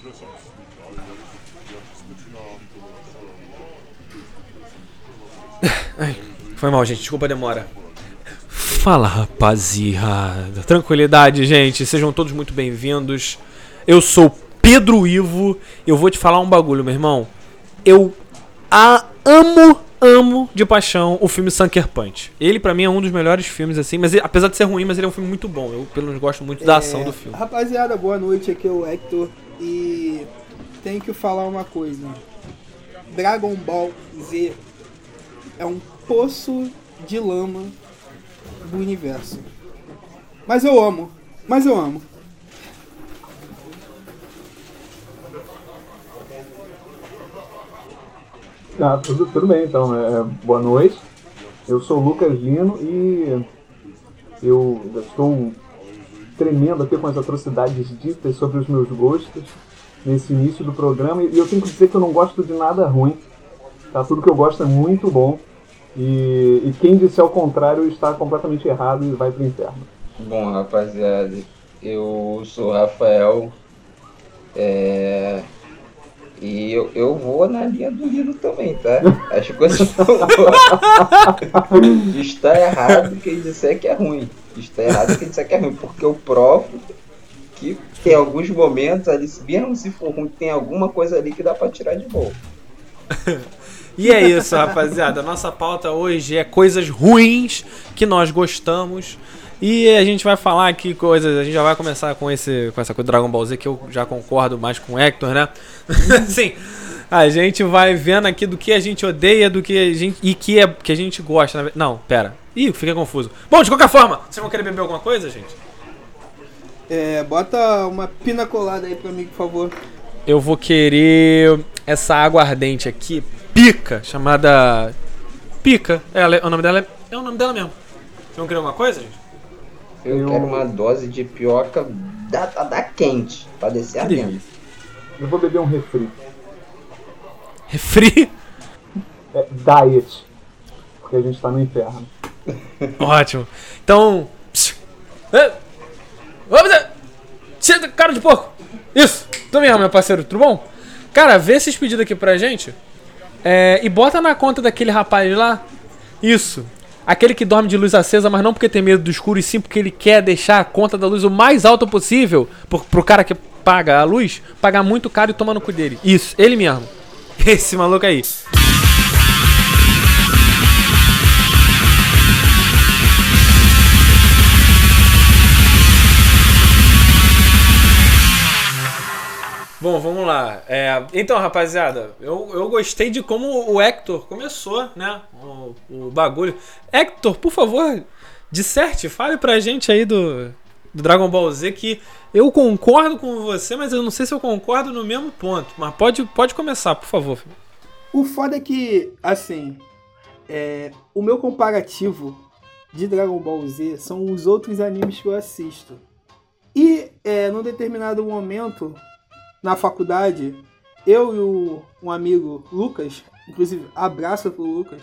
Ai, foi mal, gente. Desculpa a demora. Fala, rapaziada. Tranquilidade, gente. Sejam todos muito bem-vindos. Eu sou Pedro Ivo. Eu vou te falar um bagulho, meu irmão. Eu amo de paixão o filme Sucker Punch. Ele, pra mim, é um dos melhores filmes, assim. Mas apesar de ser ruim, mas ele é um filme muito bom. Eu, pelo menos, gosto muito da ação do filme. Rapaziada, boa noite. Aqui é o Hector. E tenho que falar uma coisa. Dragon Ball Z é um poço de lama do universo. Mas eu amo. Tudo bem, então. Boa noite. Eu sou o Lucas Lino e eu estou tremendo aqui com as atrocidades ditas sobre os meus gostos nesse início do programa. E eu tenho que dizer que eu não gosto de nada ruim. Tá? Tudo que eu gosto é muito bom. E quem disser ao contrário está completamente errado e vai pro inferno. Bom, rapaziada, eu sou o Rafael. E eu vou na linha do Lino também, tá? As coisas não está errado quem disser que é ruim. Está errado quem disser que é ruim, porque eu provo que tem alguns momentos ali, mesmo se for ruim, tem alguma coisa ali que dá pra tirar de boa. E é isso, rapaziada. A nossa pauta hoje é coisas ruins que nós gostamos. E a gente vai falar aqui coisas. A gente já vai começar com essa coisa do Dragon Ball Z, que eu já concordo mais com o Hector, né? Sim. A gente vai vendo aqui do que a gente odeia, do que a gente. E que a gente gosta. Não, pera. Ih, fiquei confuso. Bom, de qualquer forma, vocês vão querer beber alguma coisa, gente? Bota uma pina colada aí pra mim, por favor. Eu vou querer essa água ardente aqui. Pica, chamada Pica. O nome dela é o nome dela mesmo. Vocês vão querer alguma coisa, gente? Eu quero uma dose de pioca da quente, pra descer a dentro. Eu vou beber um refri. Refri? Diet. Porque a gente tá no inferno. Ótimo. Então... Cara de porco. Isso. Tu mesmo, meu parceiro. Tudo bom? Cara, vê esses pedidos aqui pra gente. E bota na conta daquele rapaz lá. Isso. Aquele que dorme de luz acesa, mas não porque tem medo do escuro, e sim porque ele quer deixar a conta da luz o mais alta possível pro cara que paga a luz, pagar muito caro e tomar no cu dele. Isso, ele mesmo. Esse maluco aí. Bom, vamos lá. Então, rapaziada, eu gostei de como o Hector começou, né? O bagulho. Hector, por favor, disserte, fale pra gente aí do Dragon Ball Z, que eu concordo com você, mas eu não sei se eu concordo no mesmo ponto. Mas pode começar, por favor. O foda é que, assim, o meu comparativo de Dragon Ball Z são os outros animes que eu assisto. E, num determinado momento, na faculdade, eu e um amigo, Lucas, inclusive, abraço pro Lucas,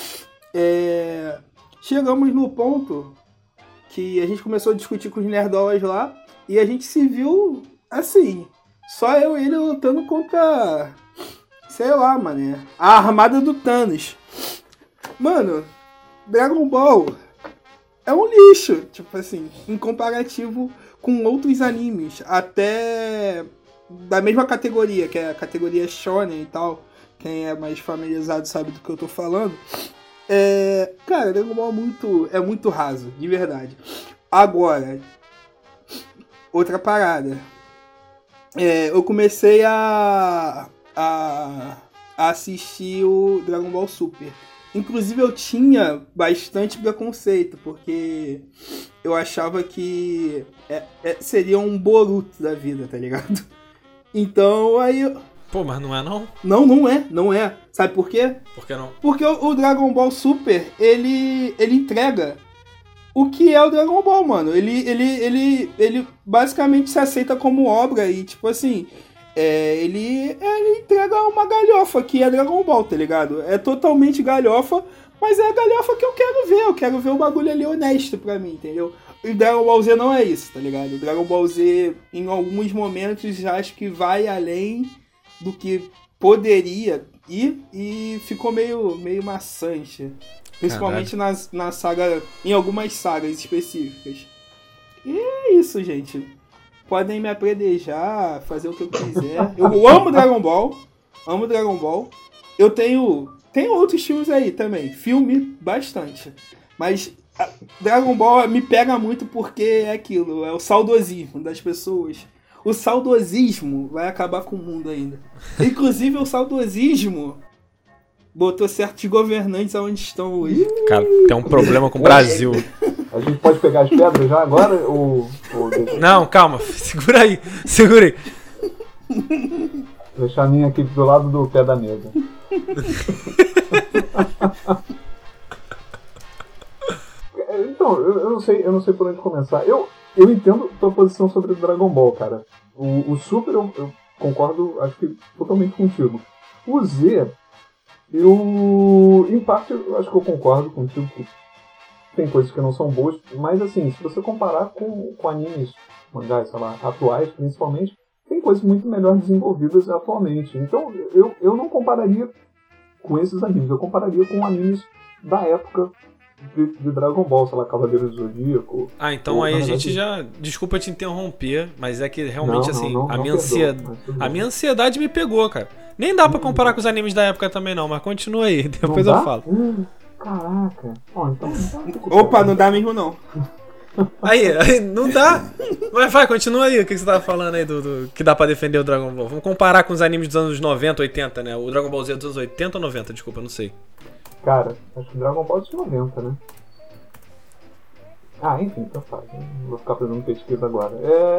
chegamos no ponto que a gente começou a discutir com os nerdolas lá e a gente se viu, assim, só eu e ele lutando contra, sei lá, mané, a armada do Thanos. Mano, Dragon Ball é um lixo, tipo assim, em comparativo com outros animes, até da mesma categoria, que é a categoria Shonen e tal. Quem é mais familiarizado sabe do que eu tô falando. Cara, Dragon Ball é muito raso, de verdade. Agora, outra parada. Eu comecei a assistir o Dragon Ball Super. Inclusive eu tinha bastante preconceito, porque eu achava que seria um Boruto da vida, tá ligado? Então aí... Pô, mas não é não? Não é. Sabe por quê? Por que não? Porque o Dragon Ball Super, ele entrega o que é o Dragon Ball, mano. Ele basicamente se aceita como obra e, tipo assim, ele entrega uma galhofa que é Dragon Ball, tá ligado? É totalmente galhofa, Mas é a galhofa que eu quero ver o bagulho ali honesto pra mim, entendeu? E o Dragon Ball Z não é isso, tá ligado? O Dragon Ball Z, em alguns momentos, acho que vai além do que poderia ir e ficou meio maçante. Principalmente na saga, em algumas sagas específicas. E é isso, gente. Podem me apredejar, fazer o que eu quiser. Eu amo Dragon Ball. Amo Dragon Ball. Eu tenho outros filmes aí também. Filme bastante. Mas Dragon Ball me pega muito porque é aquilo. É o saudosismo das pessoas. O saudosismo vai acabar com o mundo ainda. Inclusive o saudosismo botou certos governantes aonde estão hoje. Cara, tem um problema com o Brasil. A gente pode pegar as pedras já agora? Não, calma. Segura aí. Deixar a minha aqui do lado do pé da mesa. Então, eu não sei por onde começar. Eu entendo tua posição sobre o Dragon Ball, cara. O Super eu concordo, acho que totalmente contigo. O Z, em parte eu acho que eu concordo contigo que tem coisas que não são boas, mas assim, se você comparar com animes, mangás, sei lá, atuais principalmente, tem coisas muito melhor desenvolvidas atualmente. Então eu não compararia com esses animes, eu compararia com animes da época de Dragon Ball, sei lá, Cavaleiros do Zodíaco. Então aí a gente já... Desculpa te interromper, mas é que realmente a minha ansiedade me pegou, cara. Nem dá pra comparar com os animes da época também não, mas continua aí, depois eu falo. Caraca. Então Opa, não dá mesmo não. Aí, não dá. Mas vai, continua aí. O que você tava falando aí do que dá pra defender o Dragon Ball? Vamos comparar com os animes dos anos 90, 80, né? O Dragon Ball Z é dos anos 80 ou 90? Desculpa, eu não sei. Cara, acho que Dragon Ball é dos 90, né? Enfim, então faz. Não vou ficar fazendo pesquisa agora.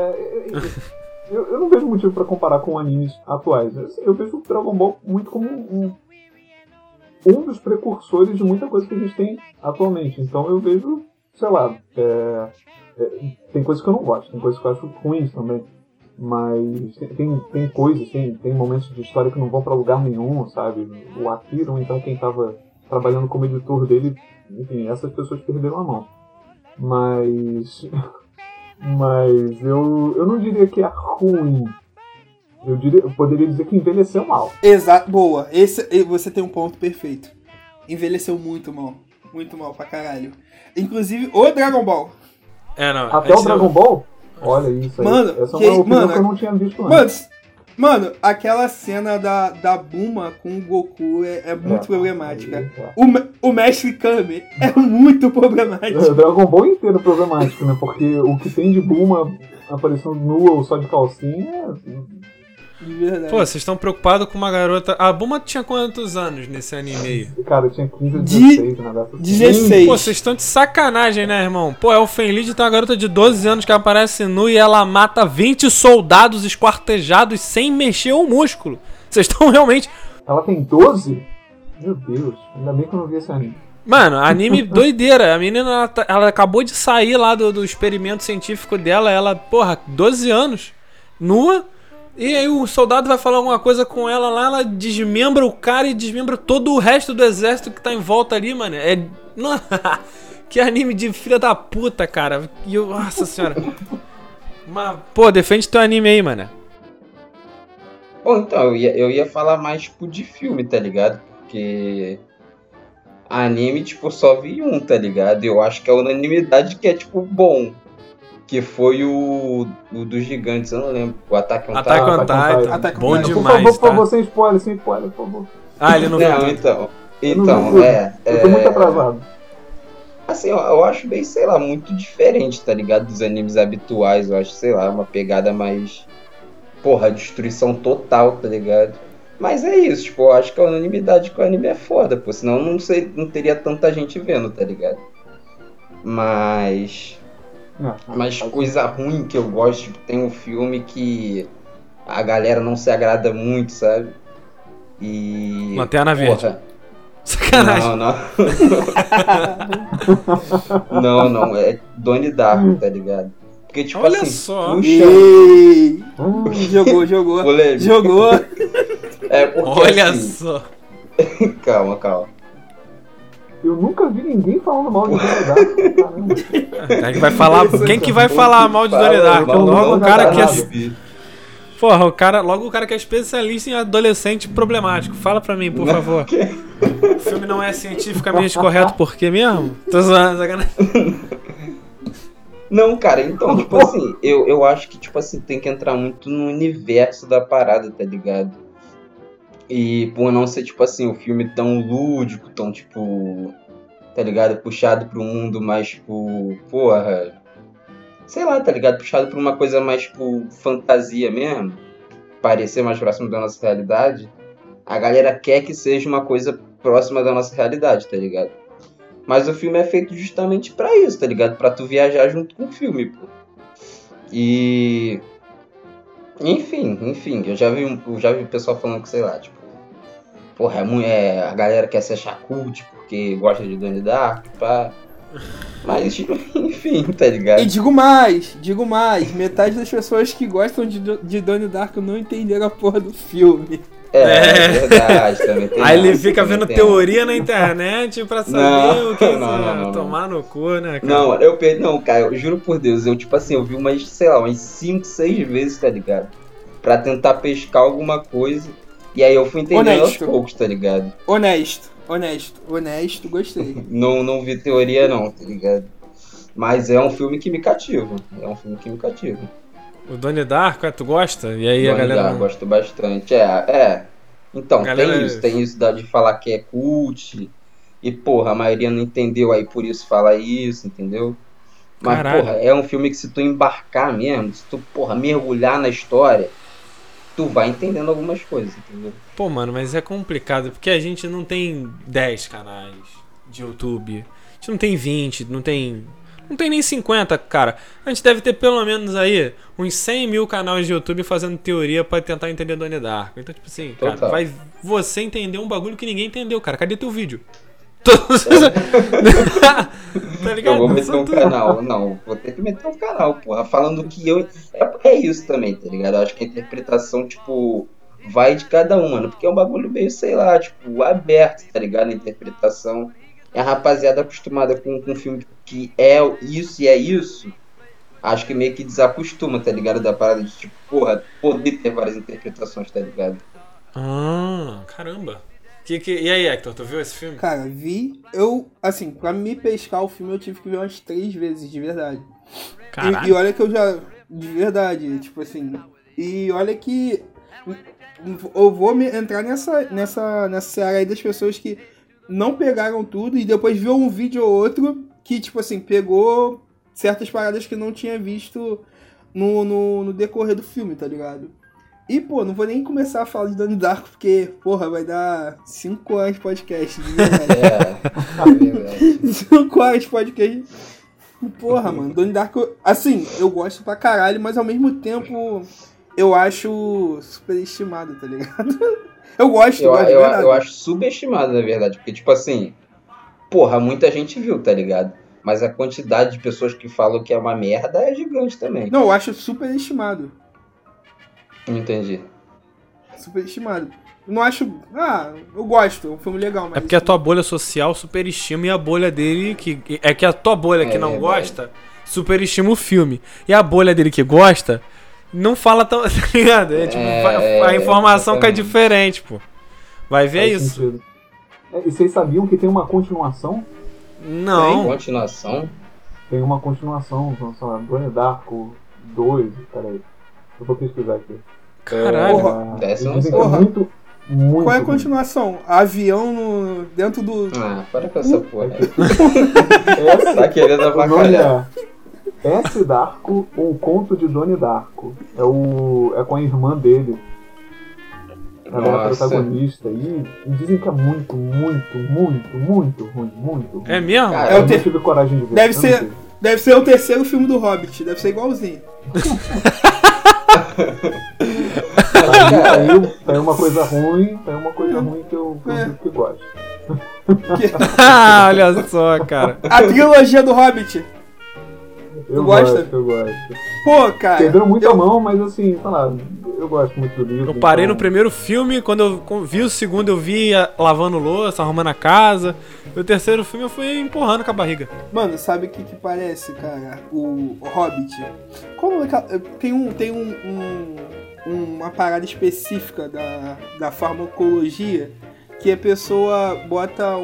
Eu não vejo motivo pra comparar com animes atuais. Eu vejo o Dragon Ball muito como um dos precursores de muita coisa que a gente tem atualmente. Então eu vejo, sei lá, tem coisas que eu não gosto, tem coisas que eu acho ruins também. Mas tem coisas, tem momentos de história que não vão pra lugar nenhum, sabe? O Akira, ou então quem tava trabalhando como editor dele, enfim, essas pessoas perderam a mão. Mas eu não diria que é ruim. Eu poderia dizer que envelheceu mal. Exato, boa. Você tem um ponto perfeito. Envelheceu muito mal pra caralho. Inclusive o Dragon Ball. Até o Dragon Ball? Olha isso aí. Mano, essa é uma opinião que eu não tinha visto antes. Mano, aquela cena da Bulma com o Goku é muito problemática. O Mestre Kami é muito problemático. O Dragon Ball inteiro é problemático, né? Porque o que tem de Bulma aparecendo nua ou só de calcinha é... De verdade. Pô, vocês estão preocupados com uma garota... A Bulma tinha quantos anos nesse anime aí? Cara, tinha 15 ou 16, né? 16. Pô, vocês estão de sacanagem, né, irmão? Pô, é o Fenlid tem uma garota de 12 anos que aparece nua e ela mata 20 soldados esquartejados sem mexer um músculo. Vocês estão realmente... Ela tem 12? Meu Deus, ainda bem que eu não vi esse anime. Mano, anime doideira. A menina, ela acabou de sair lá do experimento científico dela. Ela, 12 anos, nua... E aí o soldado vai falar alguma coisa com ela lá, ela desmembra o cara e desmembra todo o resto do exército que tá em volta ali, mano. Que anime de filha da puta, cara. Nossa senhora. Mas, defende teu anime aí, mano. Bom, então, eu ia falar mais, tipo, de filme, tá ligado? Porque anime, tipo, só vi um, tá ligado? Eu acho que é a unanimidade que é, tipo, bom. Que foi o dos gigantes, eu não lembro. O Attack on Titan. Bom demais, por favor, sem spoiler, por favor. Ele não viu. Então, eu tô muito atrasado. Assim, eu acho bem, sei lá, muito diferente, tá ligado? Dos animes habituais, eu acho, sei lá, uma pegada mais... destruição total, tá ligado? Mas é isso, tipo, eu acho que a unanimidade com o anime é foda, pô. Senão não teria tanta gente vendo, tá ligado? Mas coisa ruim que eu gosto, tipo, tem um filme que a galera não se agrada muito, sabe? E... Lanterna Verde. Sacanagem. Não, é Donnie Darko, tá ligado? Porque, tipo, olha assim, só. Jogou. É porque, olha assim... só. Calma. Eu nunca vi ninguém falando mal de Donnie Darko. Caramba. Quem vai falar, quem que vai falar mal de Donnie Darko? Logo o cara que é... Porra, logo o cara que é especialista em adolescente problemático. Fala pra mim, por favor. O filme não é cientificamente correto por quê mesmo? Tô zoando, sacanagem. Não, cara, então, tipo assim, eu acho que, tipo assim, tem que entrar muito no universo da parada, tá ligado? E por não ser, tipo assim, um filme tão lúdico, tão, tipo, tá ligado? Puxado pro mundo mais, tipo, porra... Sei lá, tá ligado? Puxado pra uma coisa mais, tipo, fantasia mesmo. Parecer mais próximo da nossa realidade. A galera quer que seja uma coisa próxima da nossa realidade, tá ligado? Mas o filme é feito justamente pra isso, tá ligado? Pra tu viajar junto com o filme, pô. E... Enfim, eu já vi o pessoal falando que, sei lá, tipo... Porra, a galera quer ser Chakut porque gosta de Donnie Darko, pá... Mas, enfim, tá ligado? E digo mais, metade das pessoas que gostam de Donnie Darko não entenderam a porra do filme. É verdade, também tem. Aí ele fica vendo teoria na internet pra saber o que não. tomar no cu, né, cara? Não, cara, eu juro por Deus, eu, tipo assim, eu vi umas 5, 6 vezes, tá ligado? Pra tentar pescar alguma coisa, e aí eu fui entendendo aos poucos, tá ligado? Honesto, gostei. Não vi teoria não, tá ligado? Mas é um filme que me cativa. O Donnie Darko, tu gosta? E aí Donnie a galera... Darko, gosto bastante. Então, galera... tem isso de falar que é cult. E, porra, a maioria não entendeu, aí por isso fala isso, entendeu? Mas, Caralho. porra, é um filme que se tu embarcar mesmo, se tu, porra, mergulhar na história, tu vai entendendo algumas coisas, entendeu? Pô, mano, mas é complicado, porque a gente não tem 10 canais de YouTube. A gente não tem 20, não tem nem 50, cara. A gente deve ter pelo menos aí uns 100 mil canais de YouTube fazendo teoria pra tentar entender Donnie Darko. Então, tipo assim, cara, Total. vai você entender um bagulho que ninguém entendeu, cara. Cadê teu vídeo? Tá ligado? Eu vou meter um canal. Não, vou ter que meter um canal, porra. Falando que eu... É isso também, tá ligado? Eu acho que a interpretação, tipo... Vai de cada um, mano. Porque é um bagulho meio, sei lá, tipo... Aberto, tá ligado? A interpretação. E a rapaziada acostumada com um filme que é isso e é isso... Acho que meio que desacostuma, tá ligado? Da parada de, tipo... Porra, poder ter várias interpretações, tá ligado? Ah, caramba. E aí, Hector, tu viu esse filme? Cara, vi. Eu, assim, pra me pescar o filme eu tive que ver umas 3 vezes, de verdade. Caralho. E olha que eu já... De verdade, tipo assim... E olha que... Eu vou entrar nessa seara aí das pessoas que não pegaram tudo e depois viu um vídeo ou outro que, tipo assim, pegou certas paradas que não tinha visto no decorrer do filme, tá ligado? E, pô, não vou nem começar a falar de Donnie Darko, porque, porra, vai dar 5 horas de podcast, de verdade. É verdade. 5 horas de podcast. Porra, mano, Donnie Darko, assim, eu gosto pra caralho, mas ao mesmo tempo eu acho superestimado, tá ligado? Eu gosto, de verdade. Eu acho subestimado, na verdade, porque, tipo assim, porra, muita gente viu, tá ligado? Mas a quantidade de pessoas que falam que é uma merda é gigante também. Não, eu acho superestimado. Não entendi. Superestimado. Não acho... eu gosto, é um filme legal, mas... É porque a tua bolha social superestima e a bolha dele... É que a tua bolha que não verdade. gosta superestima o filme. E a bolha dele que gosta não fala tão... Tá ligado? É, tipo, a informação que é diferente, pô. Vai ver Faz isso. sentido. E vocês sabiam que tem uma continuação? Não. Continuação? Tem uma continuação, sei lá, Donnie Darko 2, peraí. Eu vou pesquisar aqui. Caralho. Porra. Dessa eu não Dizem sei. que é muito Qual é a ruim. continuação? Avião dentro do... Para com essa porra. Essa, Tá querendo o nome avacalhar. é S. Darko, ou o Conto de Donnie Darko. É com a irmã dele. Ela é a Nossa. protagonista. E dizem que é muito, muito, muito, muito ruim. Muito ruim. É mesmo? Cara, É o Eu ter- não tive coragem de ver. Deve eu ser- não sei. Deve ser o terceiro filme do Hobbit, deve ser igualzinho. Tá aí uma coisa ruim, que eu que gosto. Olha só, cara. A trilogia do Hobbit. Eu gosta? gosto, eu gosto. Pô, cara. Quebrou muito a mão, mas assim, sei lá, eu gosto muito do livro. Eu parei então... no primeiro filme, quando eu vi o segundo eu vi lavando louça, arrumando a casa. E o terceiro filme eu fui empurrando com a barriga. Mano, sabe o que parece, cara? O Hobbit. Como tem uma parada específica da farmacologia que a pessoa bota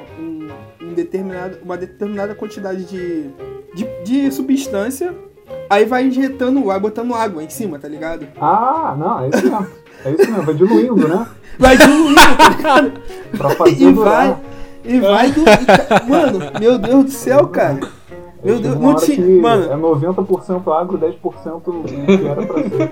uma determinada quantidade de substância, aí vai injetando, vai botando água em cima, tá ligado? Ah, não, é isso mesmo. É isso mesmo, vai diluindo, né? Vai diluindo, tá ligado? Pra fazer E durar. vai do. Mano, meu Deus do céu, cara. Meu Deus, Uma não hora tinha. que Mano, é 90% agro, 10% o que era pra ser.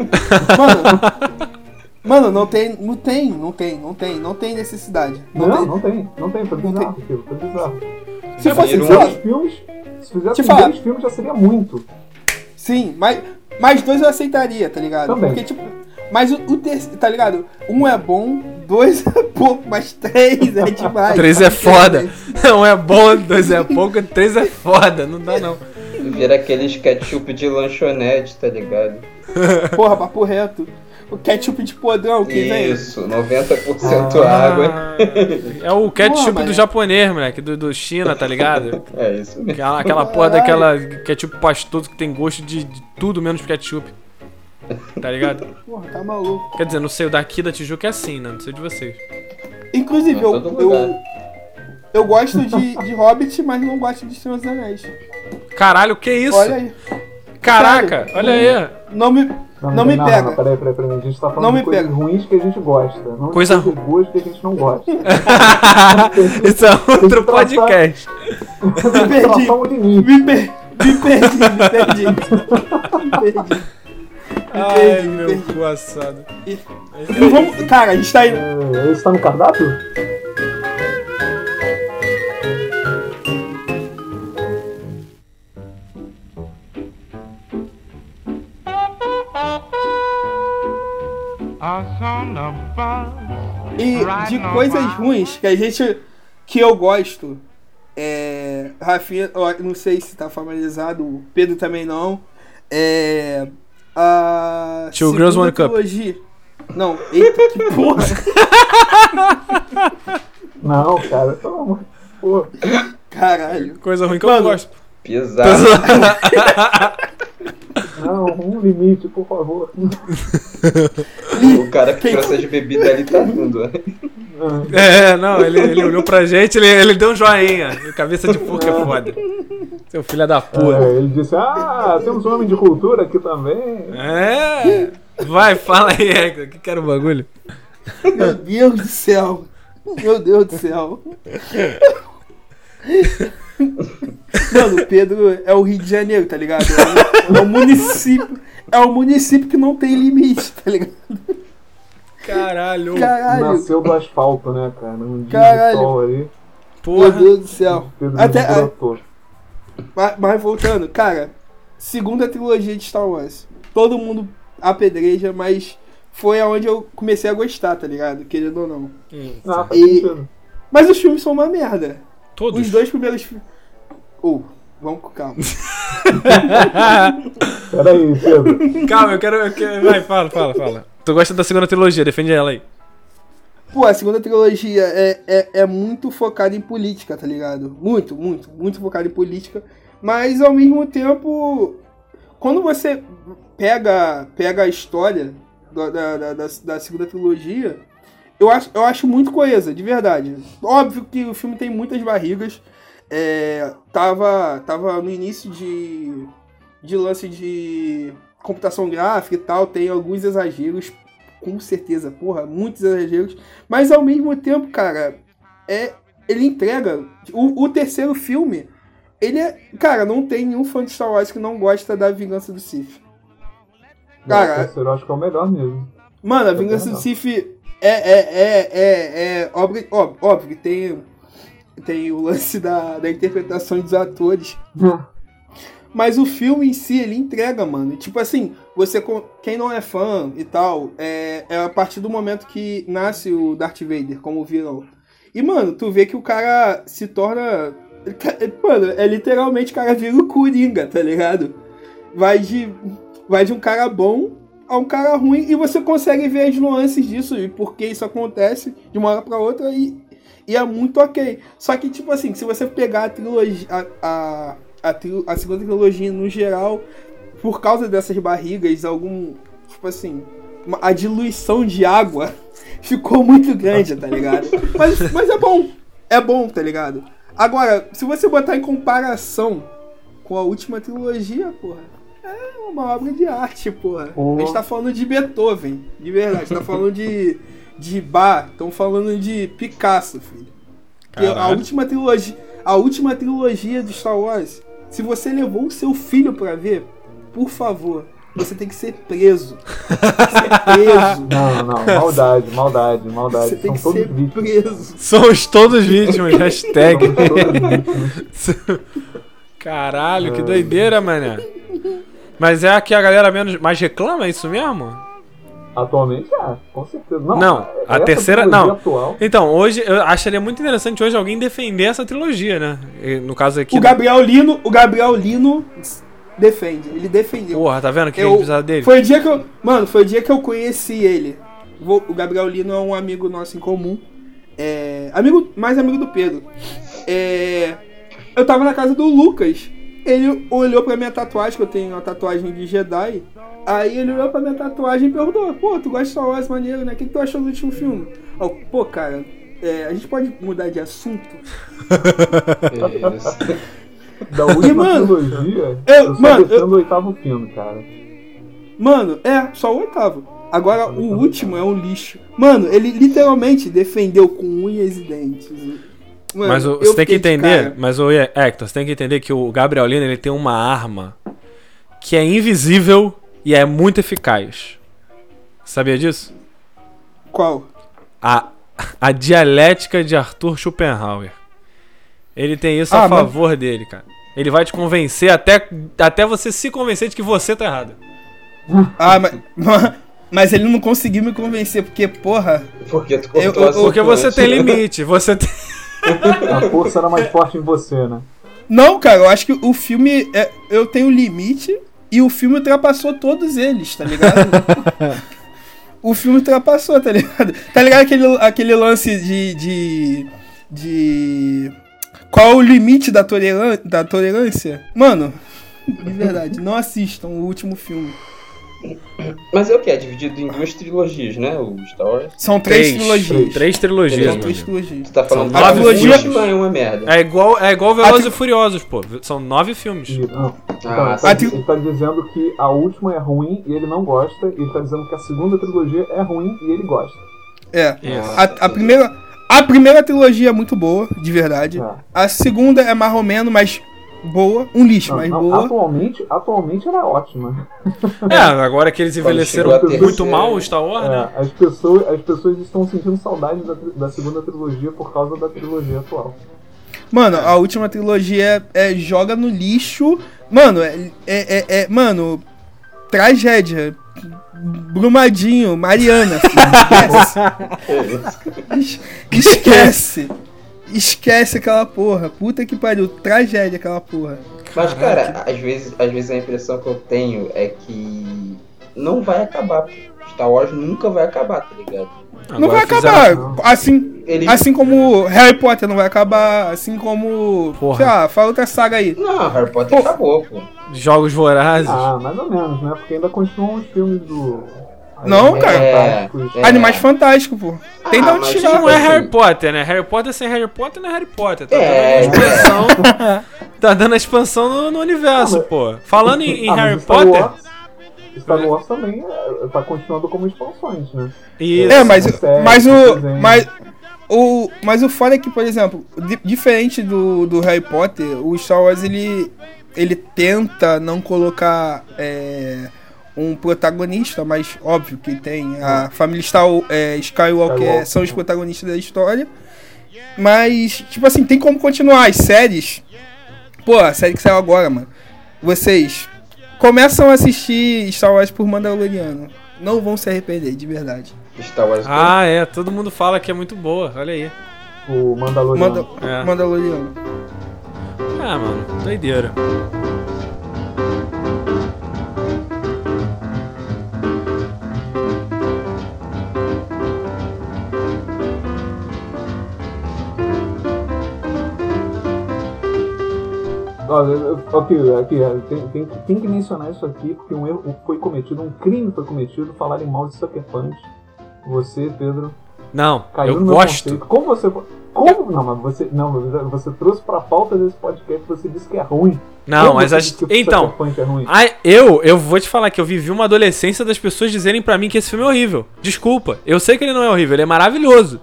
mano, não tem necessidade. Não tem, foi bizarro aquilo, foi bizarro. Se fosse Virou só. Se fizesse Te falar. 2 filmes já seria muito. Sim, mais 2 eu aceitaria, tá ligado? Também. Porque, tipo. Mas o terceiro, tá ligado? 1 é bom, 2 é pouco, mas 3 é demais. 3 é foda. 1 é bom, 2 é pouco, 3 é foda. Não dá não. Vira aqueles ketchup de lanchonete, tá ligado? Porra, papo reto. O ketchup de podrão que vem. Isso, 90% água. É o ketchup Pô, do japonês, moleque, do China, tá ligado? É isso mesmo. Aquela porra daquela ketchup pastoso que tem gosto de tudo menos ketchup. Tá ligado? Porra, tá maluco. Quer dizer, não sei, o daqui da Tijuca é assim, né? Não sei de vocês. Inclusive, Em todo lugar. eu gosto de Hobbit, mas não gosto de Senhor dos Anéis. Caralho, que isso? Olha aí. Caraca, Sério, olha aí. Não me pega. Não, peraí. A gente tá Não falando me de coisas pega. ruins que a gente gosta. Não Coisa de coisas boas que a gente não gosta. Isso é outro podcast. Tem que traçar um limite. Me perdi. Ai, meu cu assado. Não vamos. Cara, a gente tá indo. Esse tá no cardápio? E de coisas ruins que eu gosto. Rafinha, eu não sei se tá familiarizado, o Pedro também não. A Two Girls, segunda One Cup. trilogia. Não, eita, que porra. Não, cara, pelo amor. Pô. Caralho. Coisa ruim que eu Mano, não gosto. Pesado. Não, um limite, por favor. O cara que trouxe as bebidas ali tá rindo. Né? Não, ele olhou pra gente, ele deu um joinha. Cabeça de porco é foda. Seu filho da puta. Ele disse, temos um homem de cultura aqui também. Vai, fala aí, Hector. O que era o bagulho? Meu Deus do céu. Meu Deus do céu. Mano, o Pedro é o Rio de Janeiro, tá ligado? É um município que não tem limite, tá ligado? Caralho. Nasceu do asfalto, né, cara? Um dia Caralho. de sol aí. Meu Deus do céu. Pedro brotou. Mas voltando, cara, segunda trilogia de Star Wars. Todo mundo apedreja, mas foi aonde eu comecei a gostar, tá ligado? Querendo ou não. Faz sentido. Mas os filmes são uma merda. Todos? Os 2 primeiros filmes. Vamos com calma. Peraí, Pedro. Calma, eu quero. Vai, fala. Tu gosta da segunda trilogia, defende ela aí. Pô, a segunda trilogia é muito focada em política, tá ligado? Muito focada em política. Mas ao mesmo tempo, quando você pega a história da segunda trilogia, eu acho muito coesa, de verdade. Óbvio que o filme tem muitas barrigas. Tava no início de lance de computação gráfica e tal, tem alguns exageros, com certeza, porra, muitos exageros, mas ao mesmo tempo, cara, ele entrega, o terceiro filme, cara, não tem nenhum fã de Star Wars que não gosta da Vingança do Sith. Cara, O terceiro eu acho que é o melhor mesmo. mano, a Vingança do Sith é óbvio que tem o lance da interpretação dos atores. Mas o filme em si, ele entrega, mano. Tipo assim, quem não é fã e tal, é a partir do momento que nasce o Darth Vader como vilão. E, mano, tu vê que o cara se torna Mano, é literalmente o cara vira o Coringa, tá ligado? Vai de um cara bom a um cara ruim e você consegue ver as nuances disso e por que isso acontece de uma hora pra outra e é muito ok. Só que, tipo assim, se você pegar a trilogia, a segunda trilogia no geral, por causa dessas barrigas, tipo assim, a diluição de água ficou muito grande, tá ligado? Mas é bom, tá ligado? Agora, se você botar em comparação com a última trilogia, porra, é uma obra de arte, porra. A gente tá falando de Beethoven, de verdade. A gente tá falando de Bach, estão falando de Picasso, filho. A última trilogia de Star Wars, se você levou o seu filho pra ver, por favor, você tem que ser preso. Não, maldade. Você tem que ser preso. Somos todos vítimas, hashtag. Vítimas. Caralho, que doideira, mané. Mas é a que a galera mais reclama, é isso mesmo? Atualmente com certeza. Não, a terceira não. Atual, então, hoje eu acharia muito interessante hoje alguém defender essa trilogia, né? No caso aqui. O Gabriel Lino defende. Ele defendeu. Porra, tá vendo que a gente precisava dele? Foi o dia que eu conheci ele. O Gabriel Lino é um amigo nosso em comum. Mais amigo do Pedro. Eu tava na casa do Lucas. Ele olhou pra minha tatuagem, que eu tenho uma tatuagem de Jedi. Aí ele olhou pra minha tatuagem e perguntou: pô, tu gosta de Star Wars, maneiro, né? O que tu achou do último filme? Pô, cara, a gente pode mudar de assunto? Da última trilogia, eu só defendo o 8º filme, cara. Mano, só o 8º. Agora o último é um lixo. Mano, ele literalmente defendeu com unhas e dentes. Mano, mas você tem que entender, Hector, você tem que entender que o Gabriel Lino, ele tem uma arma que é invisível e é muito eficaz. Sabia disso? Qual? A dialética de Arthur Schopenhauer. Ele tem isso a favor dele, cara. Ele vai te convencer até você se convencer de que você tá errado. Mas ele não conseguiu me convencer, porque, porra... Porque você tem limite, A força era mais forte em você, né? Não, cara, eu acho que o filme... eu tenho limite e o filme ultrapassou todos eles, tá ligado? O filme ultrapassou, tá ligado? Tá ligado aquele lance de... Qual é o limite da tolerância? Mano, de verdade, não assistam o último filme. Mas é o que? É dividido em 2 trilogias, né? O Star Wars? São 3 trilogias. 3 trilogias, São mano. 3 trilogias. Você tá falando a trilogia é uma merda. É igual Velozes e Furiosos, pô. São 9 filmes. Ele tá dizendo que a última é ruim e ele não gosta. E ele tá dizendo que a segunda trilogia é ruim e ele gosta. A primeira trilogia é muito boa, de verdade. A segunda é mais ou menos, mas boa. Um lixo, mas boa. Atualmente ela é ótima. Agora que eles envelheceram muito mal o Star Wars, né? As pessoas estão sentindo saudade da segunda trilogia por causa da trilogia atual. Mano, a última trilogia joga no lixo. Mano, mano, tragédia. Brumadinho, Mariana. Esquece aquela porra. Puta que pariu, tragédia aquela porra. Mas, cara, às vezes a impressão que eu tenho é que não vai acabar. Star Wars nunca vai acabar, tá ligado? Não vai acabar. Assim como Harry Potter não vai acabar. Assim como... fala outra saga aí. Não, Harry Potter acabou, pô. Jogos Vorazes. Mais ou menos, né? Porque ainda continuam os filmes do... Não, cara. Animais Fantásticos, pô. Tem de onde tirar. Não é Harry Potter, né? Harry Potter sem Harry Potter não é Harry Potter. Tá dando expansão. Tá dando a expansão no universo, pô. Falando em Harry Potter... Star Wars também tá continuando como expansões, né? Isso. Mas o foda é que, por exemplo, diferente do Harry Potter, o Star Wars ele tenta não colocar um protagonista, mas óbvio que tem a família Skywalker são os protagonistas da história. Mas, tipo assim, tem como continuar as séries. Pô, a série que saiu agora, mano. Vocês começam a assistir Star Wars por Mandaloriano. Não vão se arrepender, de verdade. Star Wars. Todo mundo fala que é muito boa, olha aí. O Mandaloriano. Mandaloriano. Ah, mano, doideira. Tem que mencionar isso aqui, porque um erro foi cometido, um crime foi cometido, falarem mal de Sucker Punch. Você, Pedro, Não, caiu eu no meu gosto. conceito. Como você... Como? Não, mas você trouxe pra pauta desse podcast, você disse que é ruim. Não, Como mas você disse que o então, Sucker Punch é ruim? eu vou te falar que eu vivi uma adolescência das pessoas dizerem pra mim que esse filme é horrível. Desculpa, eu sei que ele não é horrível, ele é maravilhoso.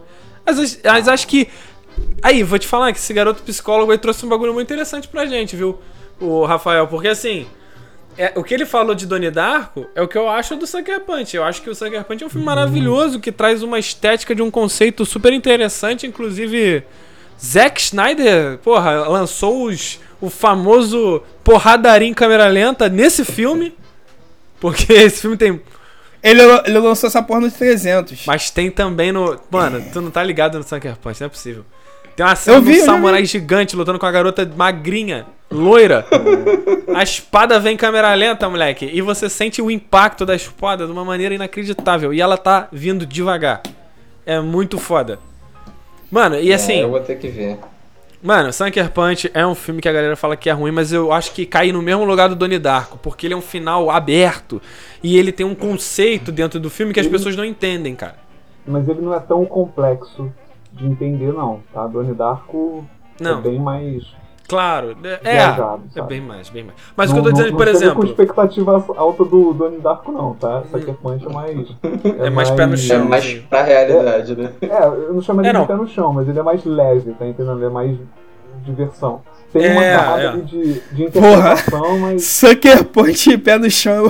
Mas acho que... Aí, vou te falar que esse garoto psicólogo aí trouxe um bagulho muito interessante pra gente, viu, o Rafael? Porque assim, o que ele falou de Donnie Darko é o que eu acho do Sucker Punch. Eu acho que o Sucker Punch é um filme maravilhoso, que traz uma estética de um conceito super interessante. Inclusive, Zack Snyder, porra, lançou o famoso porradaria em câmera lenta nesse filme. Porque esse filme tem... Ele lançou essa porra no 300. Mas tem também no... Mano, tu não tá ligado no Sucker Punch, não é possível. Tem uma cena de um samurai gigante lutando com a garota magrinha, loira. A espada vem em câmera lenta, moleque. E você sente o impacto da espada de uma maneira inacreditável. E ela tá vindo devagar. É muito foda. Mano, e assim... eu vou ter que ver. Mano, Sucker Punch é um filme que a galera fala que é ruim, mas eu acho que cai no mesmo lugar do Donnie Darko, porque ele é um final aberto e ele tem um conceito dentro do filme que as pessoas não entendem, cara. Mas ele não é tão complexo de entender, não, tá? Donnie Darko Não. é bem mais... Claro, viajado, é sabe? bem mais. Mas o que eu tô dizendo, por exemplo... Não com expectativa alta do Donnie Darko, não, tá? Sucker Punch é mais... É mais pé no chão. É mais pra realidade, né? Eu não chamaria de pé no chão, mas ele é mais leve, tá entendendo? É mais diversão. Tem uma camada ali de interpretação, mas... Sucker Punch e pé no chão.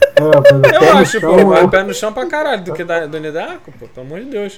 Eu acho, pô, mais pé no chão pra caralho do que Donnie Darko, pô, pelo amor de Deus.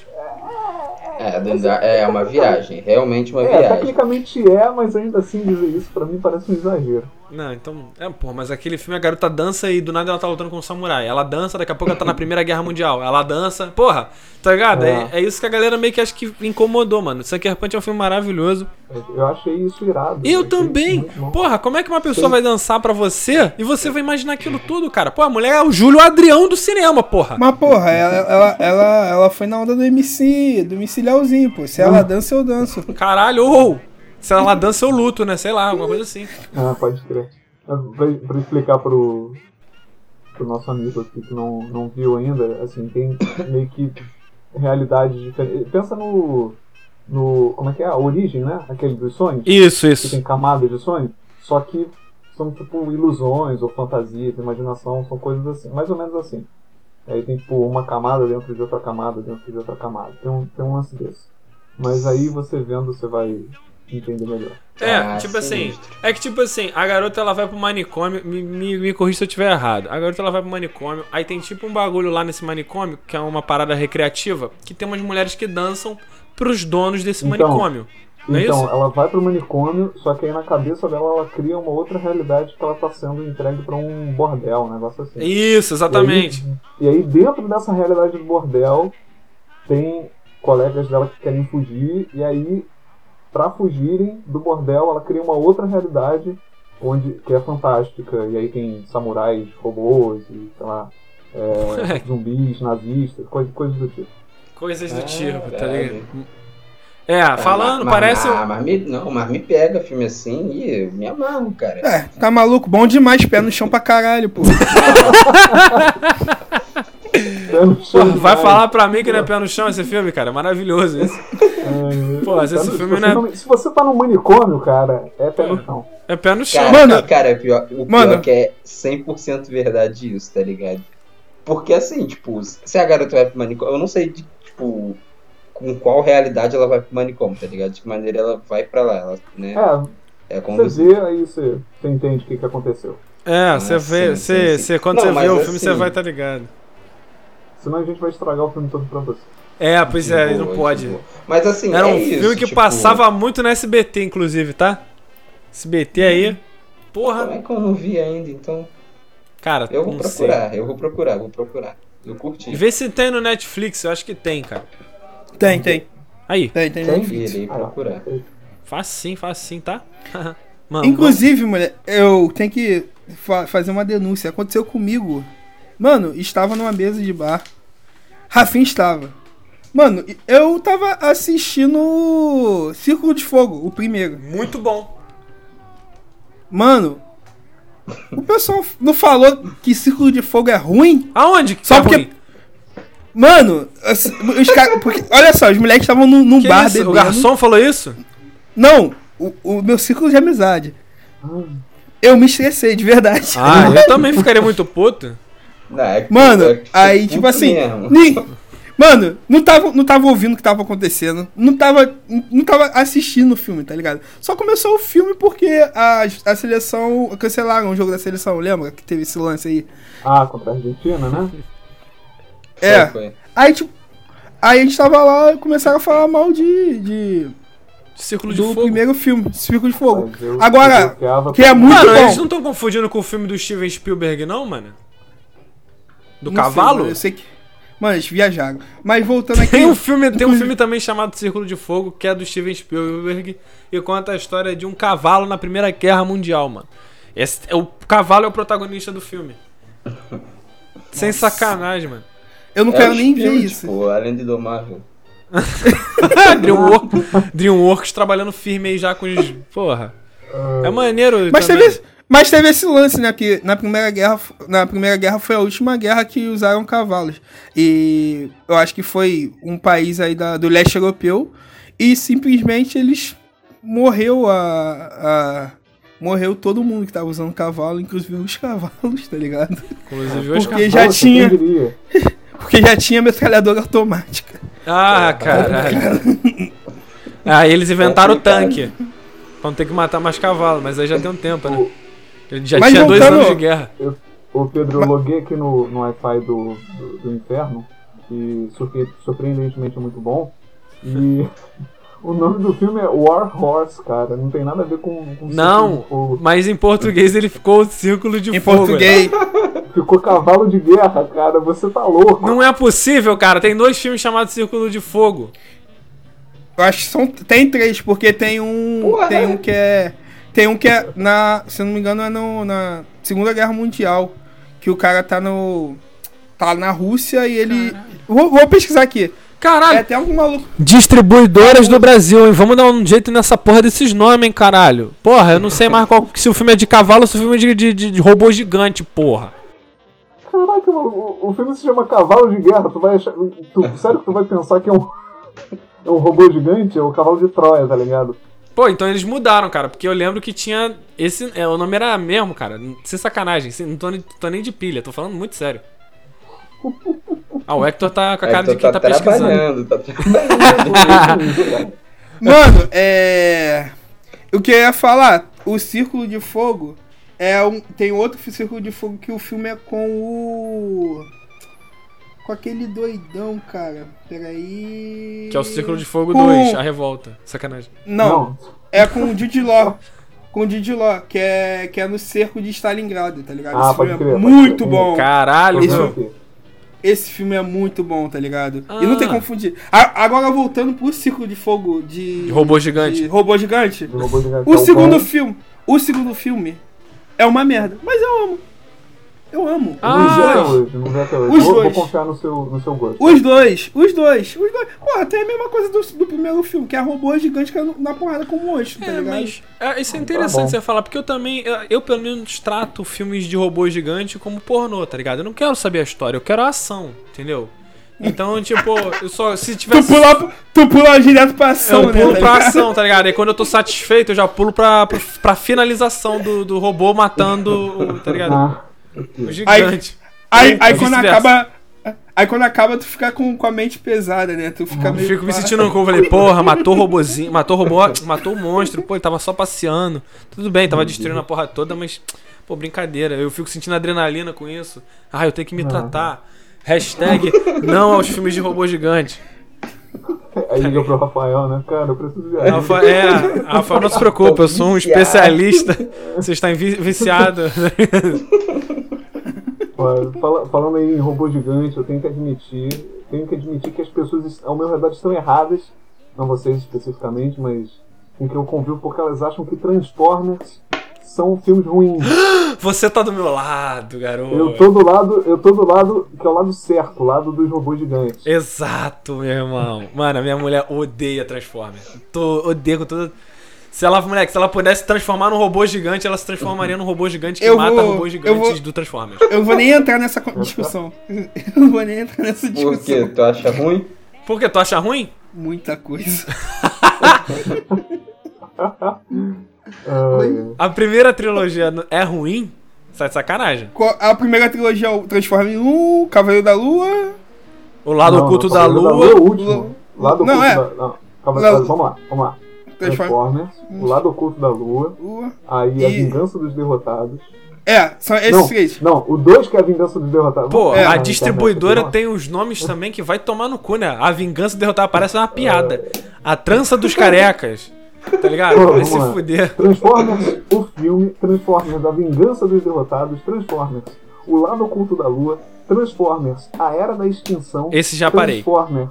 É uma viagem, realmente uma viagem. Tecnicamente mas ainda assim dizer isso pra mim parece um exagero. Não, então... mas aquele filme a garota dança e do nada ela tá lutando com um samurai. Ela dança, daqui a pouco ela tá na Primeira Guerra Mundial. Ela dança... Porra, tá ligado? É isso que a galera meio que acha que incomodou, mano. Sucker Punch é um filme maravilhoso. Eu achei isso irado. Eu também. Porra, como é que uma pessoa vai dançar pra você e você vai imaginar aquilo tudo, cara? Pô, a mulher é o Júlio Adrião do cinema, porra. Mas, porra, ela foi na onda do MC Leozinho, pô. Se ela dança, eu danço. Caralho, se ela dança, eu luto, né? Sei lá, alguma coisa assim. Pode crer. Pra explicar pro nosso amigo aqui que não viu ainda, assim, tem meio que realidades diferentes. Pensa no como é que é? A origem, né? Aquele dos sonhos. Isso. Que tem camadas de sonhos. Só que são tipo ilusões ou fantasias, imaginação, são coisas assim, mais ou menos assim. Aí tem tipo uma camada dentro de outra camada, dentro de outra camada. Tem um lance desse. Mas aí você vendo, você vai entender melhor. Tipo assim, a garota ela vai pro manicômio, me corrija se eu estiver errado. A garota ela vai pro manicômio, aí tem tipo um bagulho lá nesse manicômio, que é uma parada recreativa, que tem umas mulheres que dançam pros donos desse manicômio. Não é isso? Ela vai pro manicômio, só que aí na cabeça dela ela cria uma outra realidade que ela tá sendo entregue pra um bordel, um negócio assim. Isso, exatamente. E aí dentro dessa realidade do bordel, tem colegas dela que querem fugir, e aí pra fugirem do bordel ela cria uma outra realidade que é fantástica, e aí tem samurais, robôs e sei lá, zumbis, nazistas, coisas do tipo. Coisas do tipo, tá ligado? Falando, parece... Mas me pega filme assim e me amarro, cara. Tá maluco? Bom demais, pé no chão pra caralho, pô. Porra, vai falar pra mim que não é pé no chão esse filme, cara. Maravilhoso esse. Pô, esse filme não é... Se você tá no manicômio, cara, é pé no chão. É pé no chão. Cara, pior que é 100% verdade isso, tá ligado? Porque assim, tipo, se a garota vai pro manicômio, eu não sei, tipo, com qual realidade ela vai pro manicômio, tá ligado? De que maneira ela vai pra lá, ela, né? Você vê, aí você entende o que aconteceu. Você vê, quando você vê o filme, você vai tá ligado. Senão a gente vai estragar o filme todo pra você. Pois é, não pode. Mas assim, era um filme que passava muito no SBT, inclusive, tá? SBT aí. Porra. Como é que eu não vi ainda, então? Cara, eu vou procurar. Eu curti. Vê se tem no Netflix, eu acho que tem, cara. Tem. Aí. Tem Netflix. Irei procurar. Faz sim, tá? Mano, Inclusive, mulher, eu tenho que fazer uma denúncia. Aconteceu comigo. Mano, estava numa mesa de bar. Rafinha estava. Mano, eu tava assistindo Círculo de Fogo, o primeiro. muito bom. Mano, o pessoal não falou que Círculo de Fogo é ruim? Aonde que Só tá porque... ruim? Mano, os caras... Olha só, os moleques estavam num Que bar isso? bebendo. O garçom falou isso? Não, o meu círculo de amizade. Eu me estressei, de verdade. Ah, eu também ficaria muito puto. Não, é que- Mano, é que aí, puto tipo assim... mesmo. Mano, não tava ouvindo o que tava acontecendo. Não tava assistindo o filme, tá ligado? Só começou o filme porque a seleção... Cancelaram o jogo da seleção, lembra? Que teve esse lance aí. Ah, contra a Argentina, né? É. Foi. Aí, tipo... Aí a gente tava lá e começaram a falar mal do Círculo de Fogo. primeiro filme, Círculo de Fogo. Mas eu Agora, bloqueava que é muito Mano, eles bom. não estão confundindo com o filme do Steven Spielberg, não, mano? Do Não sei, cavalo? mano, eu sei que... Mano, eles viajaram. Mas voltando aqui... Tem um filme também chamado Círculo de Fogo, que é do Steven Spielberg, e conta a história de um cavalo na Primeira Guerra Mundial, mano. O cavalo é o protagonista do filme. Sem sacanagem, mano. Eu não É quero o nem ver Spirit, isso. Pô, além de Domável. Dreamworks trabalhando firme aí já com os... Porra. É maneiro Mas também. teve esse lance, né? Que na Primeira Guerra foi a última guerra que usaram cavalos. E eu acho que foi um país aí do leste europeu. E simplesmente eles morreu morreu todo mundo que tava usando cavalo, inclusive os cavalos, tá ligado? Inclusive os Porque cavalos. já Nossa, tinha. quem diria? Porque já tinha metralhadora automática. Ah, caralho. Ah, eles inventaram o Complicado. tanque. Pra não ter que matar mais cavalo, mas aí já tem um tempo, né? Ele já Mas tinha 2 voltando- anos de guerra. Ô Pedro, eu loguei aqui no Wi-Fi do inferno, que surpreendentemente é muito bom. E o nome do filme é War Horse, cara. Não tem nada a ver com Círculo de Não, Fogo. mas em português ele ficou Círculo de Em Fogo. português. Ficou cavalo de guerra, cara. Você tá louco. Não é possível, cara. Tem 2 filmes chamados Círculo de Fogo. Eu acho que tem 3, porque tem um. Porra. Tem um que é. Tem um que é na. Se eu não me engano, é na Segunda Guerra Mundial. Que o cara tá na Rússia e ele. Vou pesquisar aqui. É Caralho. até algum maluco. Distribuidoras do Brasil, hein? Vamos dar um jeito nessa porra desses nomes, hein, caralho. Porra, eu não sei mais se o filme é de cavalo ou se o filme é de robô gigante, porra. Caraca, mano, o filme se chama Cavalo de Guerra. Tu vai achar. Sério que tu vai pensar que é um robô gigante? É o cavalo de Troia, tá ligado? Pô, então eles mudaram, cara, porque eu lembro que tinha esse... o nome era mesmo, cara, sem sacanagem, não tô nem de pilha, tô falando muito sério. Ah, o Hector tá com a cara de quem tá pesquisando. Tá trabalhando. Mano, o que eu ia falar, o Círculo de Fogo tem outro Círculo de Fogo que o filme é com aquele doidão, cara. Peraí. Que é o Círculo de Fogo Com- 2, a revolta. Sacanagem. Não, é com o Jude Law. Com o Jude Law, que é no cerco de Stalingrado, tá ligado? Ah, Esse pode filme crer, é pode muito crer. bom. Caralho, Isso- mano. Aqui. Esse filme é muito bom, tá ligado? Ah. E não tem como confundir. Agora voltando pro Círculo de Fogo de Robô gigante. de robô gigante. O robô gigante O é segundo bom. segundo filme é uma merda, mas eu amo. Eu amo. Ah, Não vi até os dois. hoje, não vi até hoje. Os Vou dois. confiar no seu gosto. Os dois. Porra, tem a mesma coisa do primeiro filme, que é robô gigante que é na porrada com o monstro, tá É, ligado? mas isso é interessante bom. você falar, porque eu pelo menos trato filmes de robô gigante como pornô, tá ligado? Eu não quero saber a história, eu quero a ação, entendeu? Então, tipo, se tivesse... Tu pula direto pra ação, Eu pulo né? pra ação, tá ligado? E quando eu tô satisfeito, eu já pulo pra finalização do robô matando, tá ligado? Ah, O gigante. Aí Ou quando vice-versa. acaba. Aí quando acaba, tu fica com a mente pesada, né? Tu fica Eu meio. fico me sentindo no cu, falei, porra, matou o robozinho, matou o monstro, pô, ele tava só passeando. Tudo bem, tava destruindo a porra toda, mas, pô, brincadeira. Eu fico sentindo adrenalina com isso. Ah, eu tenho que me tratar. Hashtag não aos filmes de robô gigante. aí liga pro Rafael, né? Cara, eu preciso de ajuda. Rafael, não se preocupe, eu sou um especialista. Você está viciado. Ó, falando aí em robô gigante, eu tenho que admitir que as pessoas ao meu redor estão erradas. Não vocês especificamente, mas com quem eu convivo porque elas acham que Transformers são filmes ruins. Você tá do meu lado, garoto. Eu tô do lado que é o lado certo, o lado dos robôs gigantes. Exato, meu irmão. Mano, a minha mulher odeia Transformers. Odeio com toda... Se ela pudesse transformar num robô gigante, ela se transformaria num robô gigante que mata robôs gigantes do Transformers. Eu vou nem entrar nessa discussão. Eu não vou nem entrar nessa discussão. Por quê? Tu acha ruim? Por quê? Tu acha ruim? Muita coisa. A primeira trilogia é ruim? Sai de sacanagem. A primeira trilogia é o Transformers 1, Cavaleiro da Lua... O lado oculto da Lua... É o último. Lado não, oculto Vamos lá. Transformers, o lado oculto da Lua, aí a Vingança dos Derrotados. São esses três. Não, o 2 que é a Vingança dos Derrotados. Pô, a distribuidora tem os nomes também que vai tomar no cu, né? A Vingança dos Derrotados parece uma piada. A Trança dos Carecas. Tá ligado? Vai se fuder. Transformers, o filme, Transformers, a Vingança dos Derrotados, Transformers, o lado oculto da Lua, Transformers, a Era da Extinção. Esse já parei. Transformers,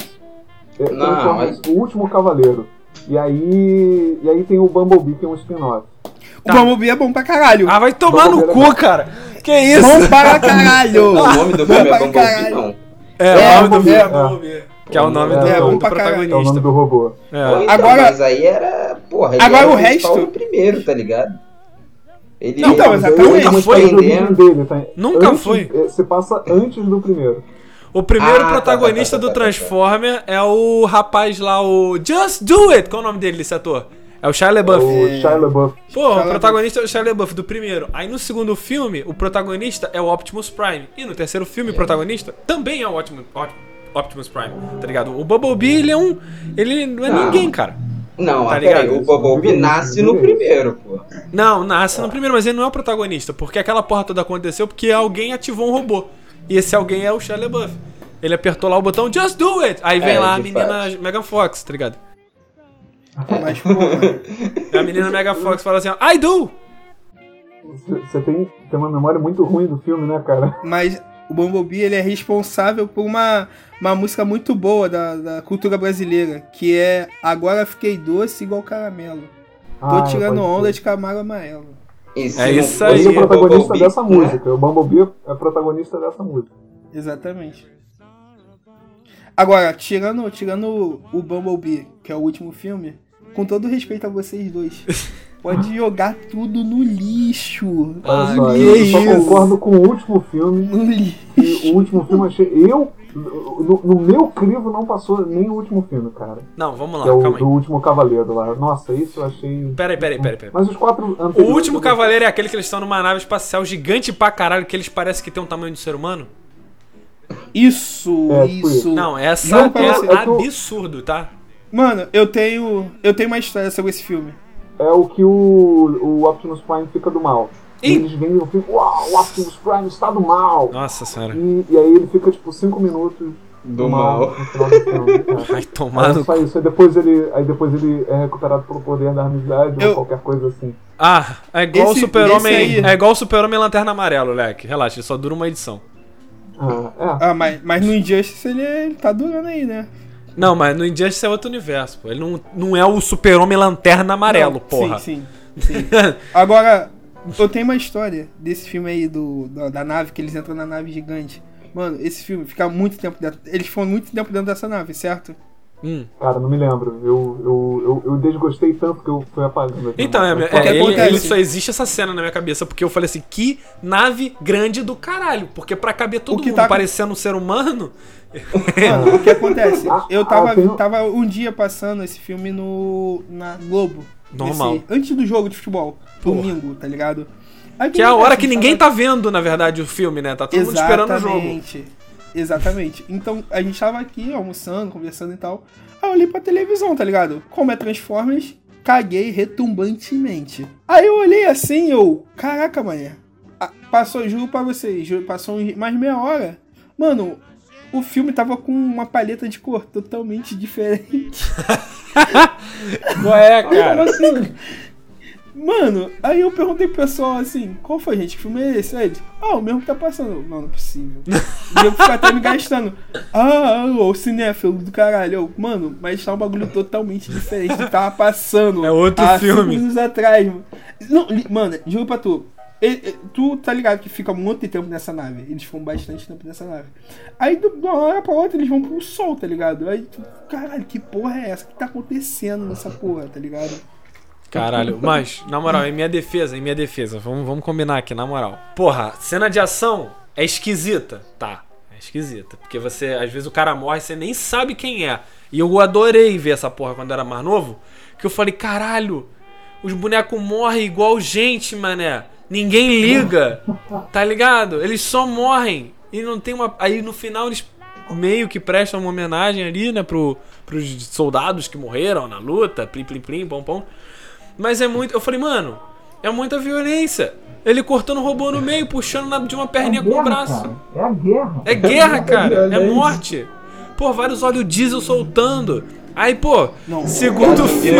o Último Cavaleiro. E aí tem o Bumblebee, que é um spin-off. O Bumblebee é bom pra caralho. Ah, vai tomar no cu, cara. Que isso? Bom para caralho. O nome do filme é Bumblebee, não. O nome do filme é Bumblebee. Que é o nome do protagonista. É o nome do robô. Então, agora, mas aí era... Porra, ele agora era o resto... no primeiro, tá ligado? Ele não, exatamente. Nunca foi. Dele, Nunca foi. Você passa antes do primeiro. O primeiro protagonista do Transformer é o rapaz lá, o Just Do It. Qual é o nome dele, esse ator? É o Shia LaBeouf. O Shia LaBeouf. Pô, o protagonista é o Shia LaBeouf do primeiro. Aí no segundo filme, o protagonista é o Optimus Prime. E no terceiro filme, o protagonista também é o Optimus Prime, tá ligado? O Bumblebee, ele não é ninguém, cara. Não, tá ligado? O Bumblebee nasce no primeiro, pô. Não, nasce no primeiro, mas ele não é o protagonista. Porque aquela porra toda aconteceu porque alguém ativou um robô. E esse alguém é o Shia LaBeouf. Ele apertou lá o botão Just Do It! Aí vem lá a menina Megan Fox, tá ligado? Mas, pô, mano. A menina Megan Fox fala assim, I do! Você tem uma memória muito ruim do filme, né, cara? Mas o Bumblebee, ele é responsável por uma música muito boa da cultura brasileira, que é Agora Fiquei Doce Igual Caramelo. Tô tirando onda de Camaro Amarelo. É isso aí. Ele é o protagonista dessa música. O Bumblebee é protagonista dessa música. Exatamente. Agora, tirando o Bumblebee, que é o último filme, com todo respeito a vocês dois, pode jogar tudo no lixo. Olha só, eu só concordo com o último filme. No lixo. E o último filme achei... No meu crivo não passou nem o último filme, cara. Não, vamos lá, que é calma aí. Do Último Cavaleiro lá. Nossa, isso eu achei... Peraí. Mas os 4 anteriores... O Último Cavaleiro é aquele que eles estão numa nave espacial gigante pra caralho, que eles parecem que tem um tamanho de ser humano? Isso. Não, é absurdo, tá? Mano, eu tenho uma história sobre esse filme. É o que o Optimus Prime fica do mal. E eles vêm no filme, uau, o Optimus Prime está do mal. Nossa senhora. E aí ele fica tipo 5 minutos do mal no final do filme. Vai tomar no cu. Aí depois ele é recuperado pelo poder da amizade ou qualquer coisa assim. Ah, é igual o Super-Homem. É igual o Super-Homem Lanterna Amarela, leque. Relaxa, ele só dura uma edição. Mas no Injustice ele tá durando aí, né? Não, mas no Injustice é outro universo, pô. Ele não é o Super-Homem Lanterna Amarelo, não, porra. Sim. Agora, eu tenho uma história desse filme aí da nave, que eles entram na nave gigante. Mano, esse filme fica muito tempo dentro. Eles ficam muito tempo dentro dessa nave, certo? Cara, não me lembro. Eu desgostei tanto que eu fui apagando. Então, ele só existe essa cena na minha cabeça, porque eu falei assim, que nave grande do caralho. Porque pra caber todo mundo parecendo um ser humano... Mano, o que acontece? Eu tava um dia passando esse filme na Globo. Normal. Antes do jogo de futebol. Domingo, tá ligado? Aí, que é a hora que ninguém tá vendo, na verdade, o filme, né? Tá todo mundo esperando o jogo. Exatamente. Então, a gente tava aqui almoçando, conversando e tal. Aí eu olhei pra televisão, tá ligado? Como é Transformers, caguei retumbantemente. Aí eu olhei assim, caraca, mané. Passou, juro pra vocês, passou mais meia hora. Mano, o filme tava com uma paleta de cor totalmente diferente. Qual é, cara? Assim, Mano, aí eu perguntei pro pessoal assim, qual foi, gente? Que filme é esse? Aí eles, o mesmo que tá passando. Não é possível. E eu fico até me gastando. O cinéfilo do caralho. Eu, mano, mas tá um bagulho totalmente diferente do que tava passando. É outro filme. 5 anos atrás, mano. Não, mano, juro pra tu. Tu tá ligado que fica muito tempo nessa nave. Eles ficam bastante tempo nessa nave. Aí de uma hora pra outra eles vão pro sol, tá ligado? Aí tu, caralho, que porra é essa? O que tá acontecendo nessa porra, tá ligado? Caralho, mas, na moral, em minha defesa, vamos combinar aqui, na moral. Porra, cena de ação é esquisita. Tá, é esquisita. Porque você, às vezes o cara morre e você nem sabe quem é. E eu adorei ver essa porra quando eu era mais novo. Que eu falei, caralho, os bonecos morrem igual gente, mané. Ninguém liga, tá ligado? Eles só morrem. E não tem uma... Aí no final eles meio que prestam uma homenagem ali, né, pros soldados que morreram na luta. Plim, plim, plim, pom, pom. Mas é muito... Eu falei, mano, é muita violência. Ele cortando o robô no meio, puxando de uma perninha com o braço. Cara. É a guerra. É guerra, cara. É morte. Pô, vários óleos diesel soltando. Aí, pô, segundo filme...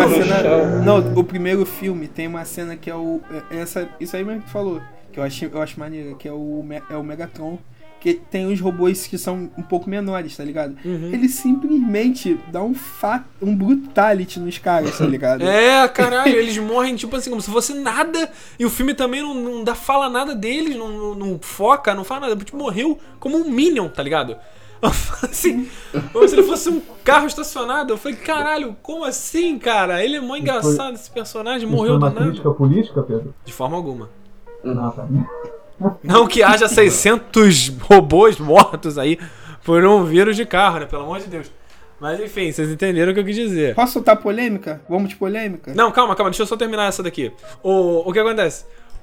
O primeiro filme tem uma cena que é o... Isso aí mesmo que tu falou. Que eu acho maneiro. Que é o Megatron. Que tem os robôs que são um pouco menores, tá ligado? Uhum. Ele simplesmente dá um brutality nos caras, tá ligado? É, caralho, eles morrem tipo assim, como se fosse nada. E o filme também não fala nada deles, não foca, não fala nada. Tipo, morreu como um Minion, tá ligado? Assim, como se ele fosse um carro estacionado. Eu falei, caralho, como assim, cara? Ele é mó engraçado, esse personagem, morreu do nada. Foi uma crítica política, Pedro? De forma alguma. Não, tá. Não que haja 600 robôs mortos aí por um vírus de carro, né? Pelo amor de Deus. Mas enfim, vocês entenderam o que eu quis dizer. Posso soltar polêmica? Vamos de polêmica? Não, calma, deixa eu só terminar essa daqui. O que acontece?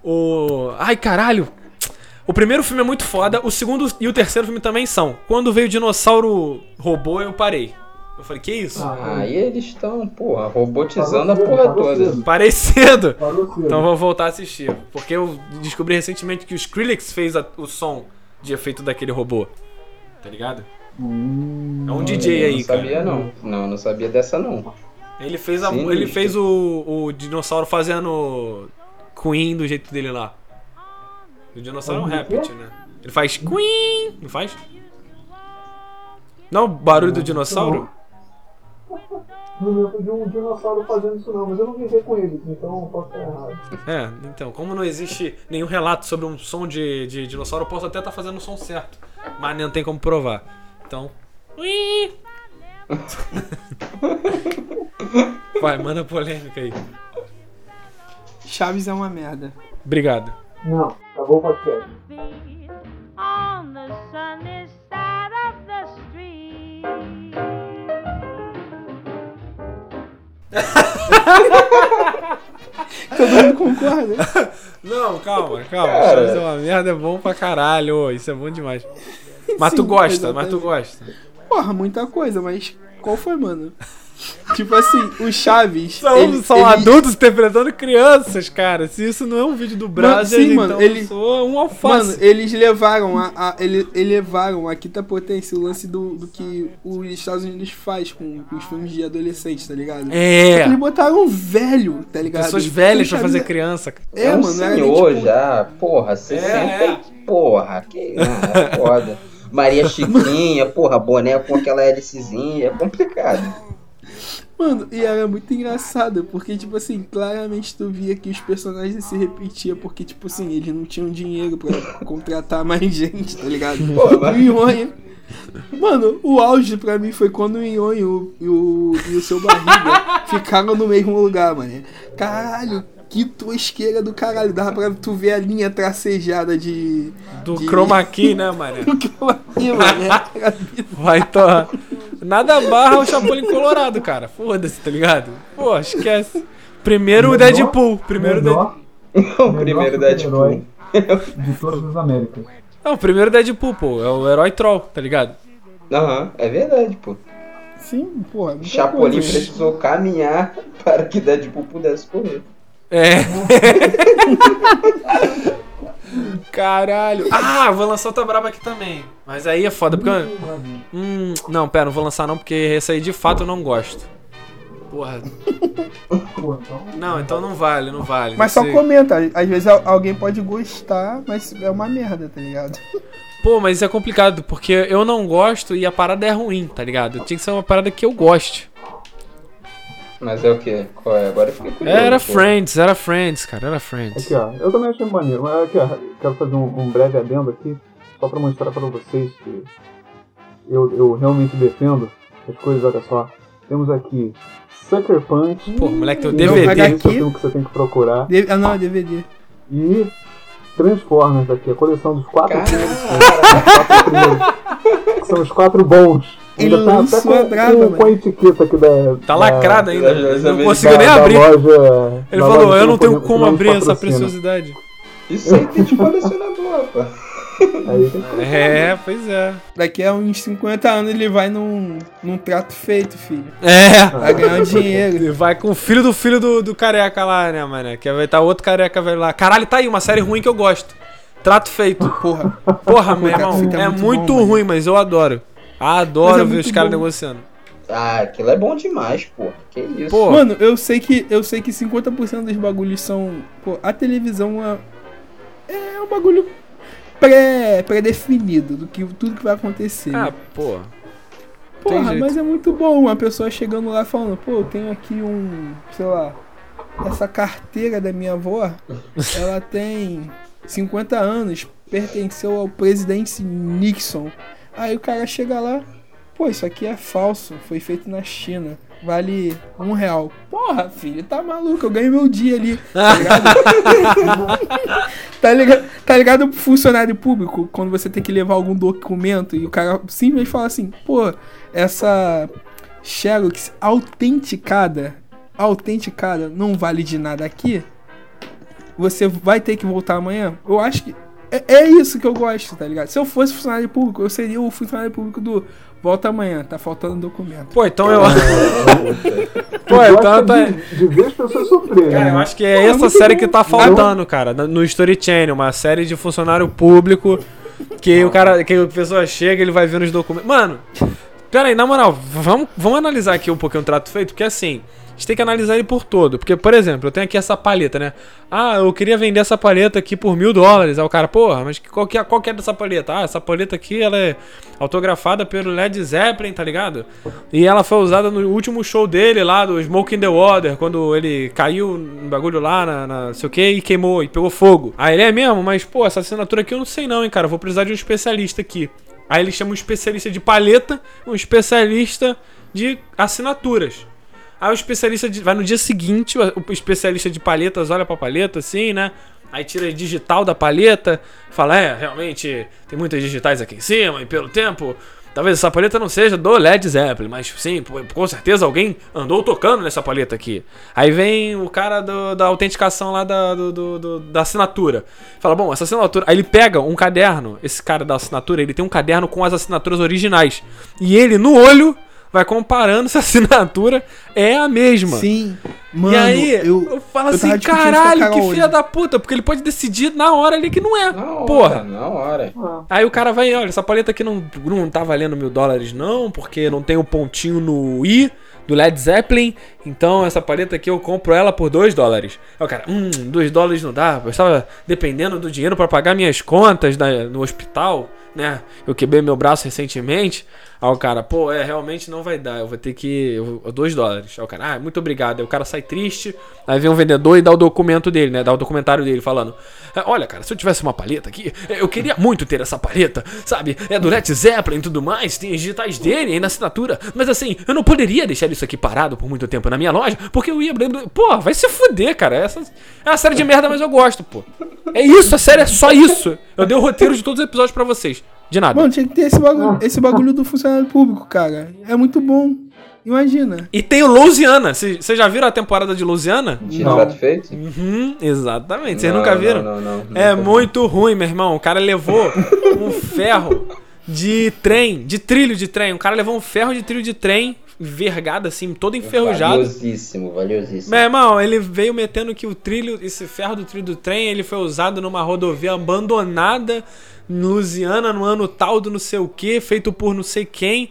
Ai, caralho. O primeiro filme é muito foda, o segundo e o terceiro filme também são. Quando veio o dinossauro robô, eu parei. Eu falei, que isso? E eles estão, porra, robotizando a porra toda. Parei cedo. Então vou voltar a assistir. Porque eu descobri recentemente que o Skrillex fez o som de efeito daquele robô. Tá ligado? É um DJ aí, cara. Não sabia, não. Não sabia dessa, não. Ele fez o dinossauro fazendo Queen do jeito dele lá. O dinossauro é um Rapid, né? Ele faz Queen, não faz? Não é o barulho do dinossauro? Não lembro de um dinossauro fazendo isso não, mas eu não vivi com ele, então posso estar errado. Então, como não existe nenhum relato sobre um som de dinossauro, eu posso até estar fazendo o som certo, mas não tem como provar. Então... Vai, manda polêmica aí. Chaves é uma merda. Obrigado. Não, acabou o podcast. On the sunny side of the street. Todo mundo concorda? Não, calma. Chaves é uma merda, é bom pra caralho. Isso é bom demais. Mas Sim, tu gosta, exatamente. Porra, muita coisa, mas qual foi, mano? Tipo assim, os Chaves... São adultos interpretando crianças, cara. Se isso não é um vídeo do Brasil, então eu sou um alface. Mano, eles levaram elevaram a quinta potência o lance do que os Estados Unidos faz com os filmes de adolescentes, tá ligado? Eles botaram um velho, tá ligado? Pessoas velhas pra fazer criança. É um mano, senhor nem, tipo... já, porra, 60 porra, que foda. Maria Chiquinha, porra, boné com aquela hélicezinha, é complicado. Mano, e era muito engraçado, porque, tipo assim, claramente tu via que os personagens se repetiam, porque, tipo assim, eles não tinham dinheiro pra contratar mais gente, tá ligado? O Nhonho... Mano, o auge pra mim foi quando o Nhonho e o seu Barriga ficaram no mesmo lugar, mano. Caralho, que tosqueira do caralho. Dava pra tu ver a linha tracejada do chroma key, né, mano? Do chroma key, mano. Vai torrar. Nada barra o Chapolin Colorado, cara. Foda-se, tá ligado? Pô, esquece. Primeiro o Deadpool. Primeiro Deadpool. De todas as Américas. Não, o primeiro Deadpool, pô. É o herói troll, tá ligado? É verdade, pô. Sim, pô. Chapolin precisou caminhar para que Deadpool pudesse correr. Caralho. Vou lançar outra braba aqui também. Mas aí é foda, porque... não vou lançar não, porque esse aí de fato eu não gosto. Porra. Pô, então... Não, então não vale. Mas só Você- comenta, às vezes alguém pode gostar, mas é uma merda, tá ligado? Pô, mas isso é complicado, porque eu não gosto e a parada é ruim, tá ligado? Tinha que ser uma parada que eu goste. Mas é o quê? Qual é? Agora eu fiquei curioso. Era pô. Friends, cara, era Friends. Aqui, ó. Eu também achei maneiro, mas aqui, ó, quero fazer um breve adendo aqui, só pra mostrar pra vocês que eu realmente defendo as coisas, olha só. Temos aqui Sucker Punch. Pô, moleque, tem o Então, DVD. HQ. esse é o filme que você tem que procurar. Ah, não, é DVD. E Transformers aqui, a coleção dos 4 Caraca. filmes. Quatro primeiros. Que são os 4 bons. Ele Ainda tá até lançou a braba, com a mano. etiqueta aqui da... Tá lacrado ainda, da- não da- consigo nem da abrir. loja, Ele da falou, loja eu não que tenho como não abrir essa patrocina. preciosidade. Isso aí tem de colecionador, pô. Aí tem que... É, pois é. Daqui a uns 50 anos ele vai num trato feito, filho. É. Vai ganhar dinheiro. Ele vai com o filho do careca lá, né, mano? Que vai estar outro careca velho lá. Caralho, tá aí, uma série ruim que eu gosto. Trato Feito. Porra. Porra, meu Trato irmão, Feito é muito muito bom, ruim, mas eu adoro. Mas Adoro é ver muito os caras bom. negociando. Ah, aquilo é bom demais, pô. Que isso. Pô. Mano, eu sei que 50% dos bagulhos são. Pô, a televisão é um bagulho pré-definido do que tudo que vai acontecer. Ah, pô. tem Porra, jeito. mas é muito bom uma pessoa chegando lá falando, pô, eu tenho aqui sei lá, essa carteira da minha avó, ela tem 50 anos, pertenceu ao presidente Nixon. Aí o cara chega lá, pô, isso aqui é falso, foi feito na China, vale R$1. Porra, filho, tá maluco, eu ganhei meu dia ali, tá ligado? Tá ligado pro funcionário público, quando você tem que levar algum documento e o cara simplesmente fala assim, pô, essa Xerox autenticada não vale de nada aqui, você vai ter que voltar amanhã. Eu acho que é isso que eu gosto, tá ligado? Se eu fosse funcionário público, eu seria o funcionário público do volta amanhã, tá faltando documento. Pô, então eu. Pô, Eu então acho tá. de ver as pessoas sofrerem. Cara, eu né? acho que é Pô, essa muito série bom. que tá faltando, cara, no Story Channel, uma série de funcionário público que que a pessoa chega, ele vai vendo os documentos. Mano, pera aí, na moral, vamos analisar aqui um pouquinho o trato feito, porque assim, a gente tem que analisar ele por todo. Porque, por exemplo, eu tenho aqui essa palheta, né? Ah, eu queria vender essa palheta aqui por $1.000. Aí o cara, porra, mas qual que é dessa palheta? Ah, essa palheta aqui, ela é autografada pelo Led Zeppelin, tá ligado? E ela foi usada no último show dele lá, do Smoke in the Water, quando ele caiu no bagulho lá, não sei o que, e queimou, e pegou fogo. Aí ele é mesmo, mas, pô, essa assinatura aqui eu não sei não, hein, cara. Eu vou precisar de um especialista aqui. Aí ele chama um especialista de palheta, um especialista de assinaturas. Aí o especialista vai no dia seguinte, o especialista de palhetas olha pra palheta assim, né? Aí tira a digital da palheta, fala, realmente tem muitas digitais aqui em cima, e pelo tempo, talvez essa palheta não seja do Led Zeppelin, mas sim, com certeza alguém andou tocando nessa palheta aqui. Aí vem o cara da autenticação lá da assinatura. Fala, bom, essa assinatura... Aí ele pega um caderno, esse cara da assinatura, ele tem um caderno com as assinaturas originais. E ele, no olho, vai comparando se a assinatura é a mesma. Sim, mano, e aí, eu falo assim, tava discutindo isso com a caralho, Carol que hoje. filha da puta, porque ele pode decidir na hora ali que não é. Na Porra. hora, na hora. Aí o cara vai, olha, essa paleta aqui não tá valendo $1.000 não, porque não tem o pontinho no I do Led Zeppelin, então essa paleta aqui eu compro ela por $2. Aí o cara, $2 não dá, eu estava dependendo do dinheiro pra pagar minhas contas no hospital, né, eu quebrei meu braço recentemente. Aí o cara, pô, realmente não vai dar, eu vou ter que... $2. Aí o cara, muito obrigado. Aí o cara sai triste, aí vem um vendedor e dá o documento dele, né, dá o documentário dele falando, olha, cara, se eu tivesse uma paleta aqui, eu queria muito ter essa paleta, sabe, é do Led Zeppelin e tudo mais, tem as digitais dele aí na assinatura, mas assim, eu não poderia deixar isso aqui parado por muito tempo na minha loja, porque eu ia... Pô, vai se fuder, cara, essa é uma série de merda, mas eu gosto, pô. É isso, a série é só isso. Eu dei o roteiro de todos os episódios pra vocês. De nada. Mano, tinha que ter esse bagulho do funcionário público, cara. É muito bom. Imagina. E tem o Louisiana. Vocês já viram a temporada de Louisiana? De Não. trato feito? Exatamente. Vocês Não, nunca viram? Não. É muito ruim, meu irmão. O cara levou um ferro de trem, de trilho de trem. O cara levou um ferro de trilho de trem, vergado assim, todo enferrujado. Valiosíssimo. Meu irmão, ele veio metendo que esse ferro do trilho do trem, ele foi usado numa rodovia abandonada em Louisiana no ano tal do não sei o que, feito por não sei quem.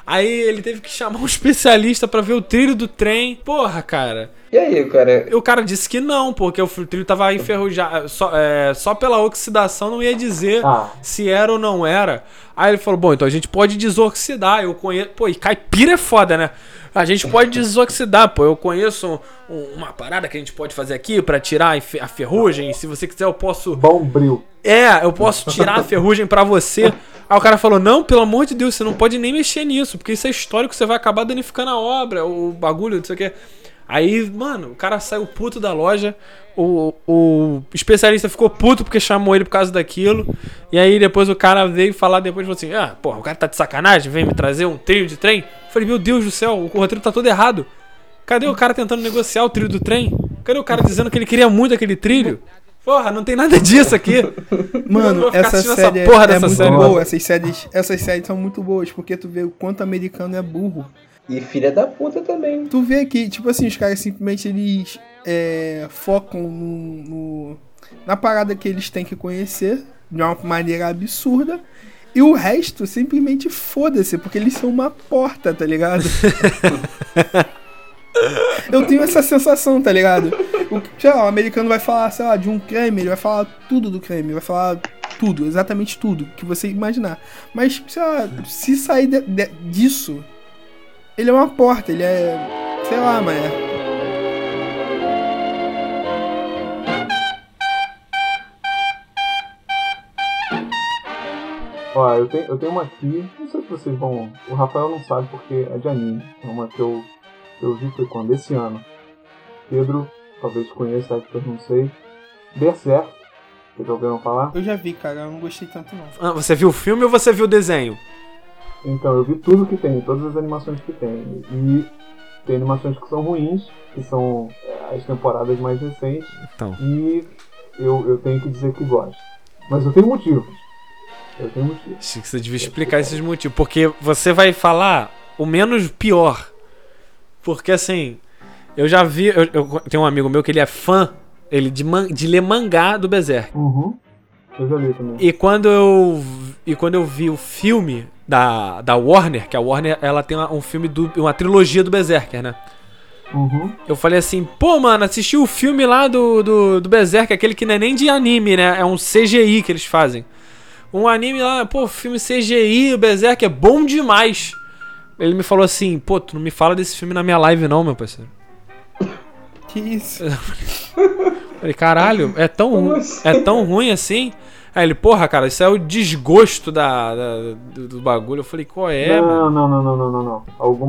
Aí ele teve que chamar um especialista pra ver o trilho do trem. Porra, cara. E aí, cara? O cara disse que não, porque o trilho tava enferrujado. Só pela oxidação não ia dizer se era ou não era. Aí ele falou, bom, então a gente pode desoxidar. Eu conheço... Pô, e caipira é foda, né? A gente pode desoxidar, pô. Eu conheço uma parada que a gente pode fazer aqui pra tirar a ferrugem. Se você quiser, eu posso... Bombril. Eu posso tirar a ferrugem pra você. Aí o cara falou, não, pelo amor de Deus, você não pode nem mexer nisso, porque isso é histórico, você vai acabar danificando a obra, o bagulho, não sei o que. Aí, mano, o cara saiu puto da loja, o especialista ficou puto porque chamou ele por causa daquilo, e aí depois o cara veio falar depois, falou assim, porra, o cara tá de sacanagem, vem me trazer um trilho de trem? Eu falei, meu Deus do céu, o roteiro tá todo errado. Cadê o cara tentando negociar o trilho do trem? Cadê o cara dizendo que ele queria muito aquele trilho? Porra, não tem nada disso aqui. Mano, essa série é muito boa. Essas séries são muito boas, porque tu vê o quanto americano é burro. E filha da puta também. Tu vê que, tipo assim, os caras simplesmente eles focam na parada que eles têm que conhecer de uma maneira absurda. E o resto simplesmente foda-se, porque eles são uma porta, tá ligado? Eu tenho essa sensação, tá ligado? Sei lá, o americano vai falar, sei lá, de um creme, ele vai falar tudo do creme, vai falar tudo, exatamente tudo que você imaginar. Mas, sei lá, se sair disso, ele é uma porta, ele é, sei lá, mané. Ó, eu tenho uma aqui, não sei se vocês vão... O Rafael não sabe porque é de anime, é uma que eu vi foi quando? Esse ano. Pedro, talvez conheça, eu não sei. Berserk, vocês já ouviram falar? Eu já vi, cara, eu não gostei tanto não. Você viu o filme ou você viu o desenho? Então, eu vi tudo que tem, todas as animações que tem. E tem animações que são ruins, que são as temporadas mais recentes. Então. E eu tenho que dizer que gosto. Mas eu tenho motivos. Acho que você devia explicar esses motivos. Porque você vai falar o menos pior. Porque assim, eu já vi. Eu tenho um amigo meu que ele é fã de ler mangá do Berserk. Uhum. Eu já li também. E quando eu vi o filme da Warner, que a Warner ela tem um filme, uma trilogia do Berserker, né? Uhum. Eu falei assim, pô, mano, assisti o filme lá do Berserk, aquele que não é nem de anime, né? É um CGI que eles fazem. Um anime lá, pô, filme CGI, o Berserk é bom demais. Ele me falou assim, pô, tu não me fala desse filme na minha live não, meu parceiro. Que isso? Falei, caralho, é tão ruim assim? Aí ele, porra, cara, isso é o desgosto do bagulho. Eu falei, qual é, mano? Não.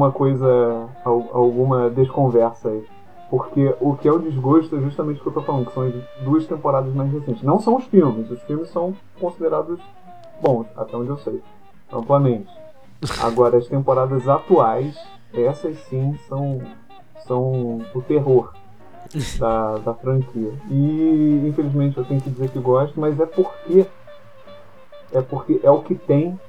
Alguma desconversa aí. Porque o que é o desgosto é justamente o que eu tô falando, que são as 2 temporadas mais recentes. Não são os filmes são considerados bons, até onde eu sei, amplamente. Agora, as temporadas atuais, essas sim são o terror da franquia. E, infelizmente, eu tenho que dizer que gosto, mas é porque é o que tem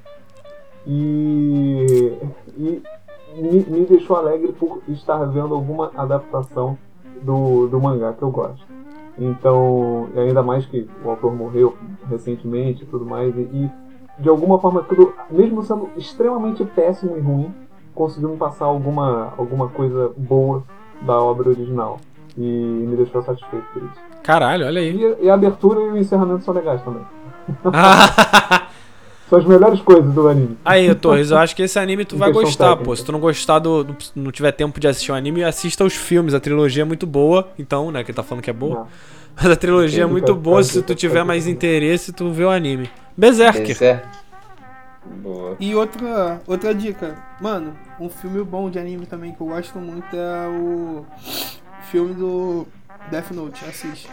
e me deixou alegre por estar vendo alguma adaptação do mangá que eu gosto. Então, ainda mais que o autor morreu recentemente e tudo mais, e de alguma forma, tudo, mesmo sendo extremamente péssimo e ruim, conseguiu me passar alguma coisa boa da obra original. E me deixou satisfeito por isso. Caralho, olha aí. E a abertura e o encerramento são legais também. São as melhores coisas do anime. Aí, Torres, eu acho que esse anime tu vai gostar, técnica. pô. Se tu não gostar não tiver tempo de assistir o anime, assista os filmes. A trilogia é muito boa. Então, né, que ele tá falando que é boa. Não. Mas a trilogia é muito boa. Se tu tiver mais interesse, tu vê o anime. Berserk. Boa. E outra dica. Mano, um filme bom de anime também que eu gosto muito é o filme do Death Note. Assiste.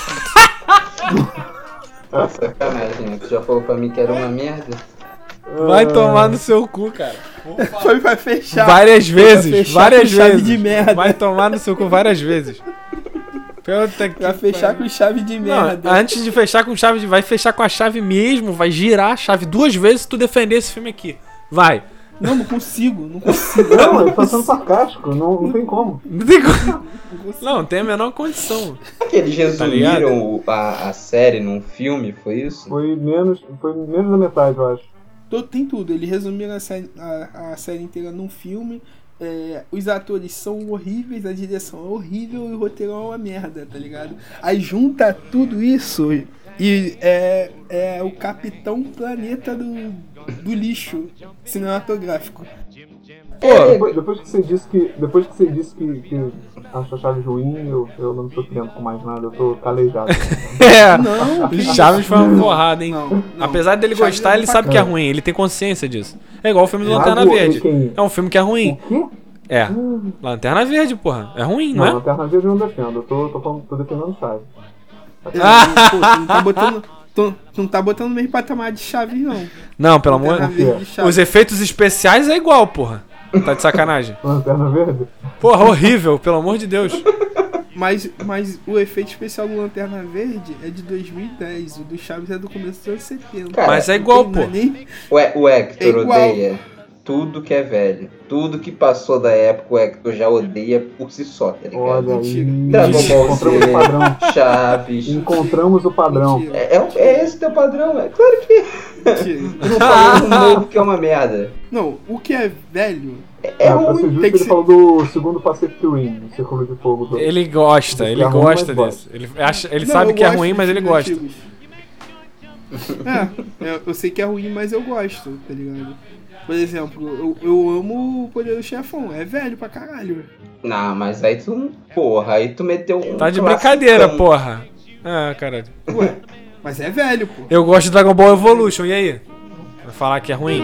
Sacanagem, né? Tu já falou pra mim que era uma merda? Vai tomar no seu cu, cara. Vai fechar. Várias vezes. Várias com chave vezes. de merda. Vai tomar no seu cu várias vezes. Vai fechar com chave de merda. Não, antes de fechar com chave, vai fechar com a chave mesmo, vai girar a chave 2 vezes se tu defender esse filme aqui. Vai. Não consigo. Não, eu tô sendo sarcástico, não tem como. Não tem como. Não, tem a menor condição. Que eles resumiram a série num filme, foi isso? Foi menos da metade, eu acho. Tem tudo. Ele resumiu a série inteira num filme. Os atores são horríveis, a direção é horrível e o roteiro é uma merda, tá ligado? Aí junta tudo isso e é o Capitão Planeta do lixo cinematográfico. Depois que você disse que acha Chaves ruim, eu não tô criando com mais nada, eu tô calejado. Não, Chaves foi uma porrada, hein? Não. Apesar dele Chaves gostar, é ele pra sabe que é caramba. ruim, ele tem consciência disso. É igual o filme do Lago Lanterna Verde. quem? É um filme que é ruim. O quê? É. Lanterna Verde, porra. É ruim, não Não, é? Lanterna Verde eu não defendo, eu tô defendendo Chaves. Pô, tu não tá botando no mesmo patamar de Chaves, não. Não, pelo amor Lanterna de Deus. Verde, Chaves. Os efeitos especiais é igual, porra. Tá de sacanagem. Lanterna Verde? Porra, horrível, pelo amor de Deus. Mas o efeito especial do Lanterna Verde é de 2010, o do Chaves é do começo dos anos 70. Cara, Mas é igual, Não pô. é nem- O Hector É igual. odeia tudo que é velho. Tudo que passou da época, o Hector já odeia por si só, tá ligado? Olha Mentira. aí. Dragon Ball Encontramos o Z, padrão. Chaves. Encontramos o padrão. Mentira. É esse teu padrão? É claro que Mentira. eu não falei um novo que é uma merda. Não, o que é velho É Pra ser ruim. justo, tem que ele ser- falou do segundo Pacific Rim, o Círculo de Fogo. Do... Ele gosta, Isso ele é ruim, gosta mas disso. Ele Não, sabe eu que é gosto ruim, dos mas ele filmes gosta. antigos. Eu sei que é ruim, mas eu gosto, tá ligado? Por exemplo, eu amo o Poder do Chefão, é velho pra caralho. Não, mas aí tu. Porra, aí tu meteu um. Tá de classicão. brincadeira, porra. Ah, caralho. Ué, mas é velho, pô. Eu gosto de Dragon Ball Evolution, e aí? Vai falar que é ruim?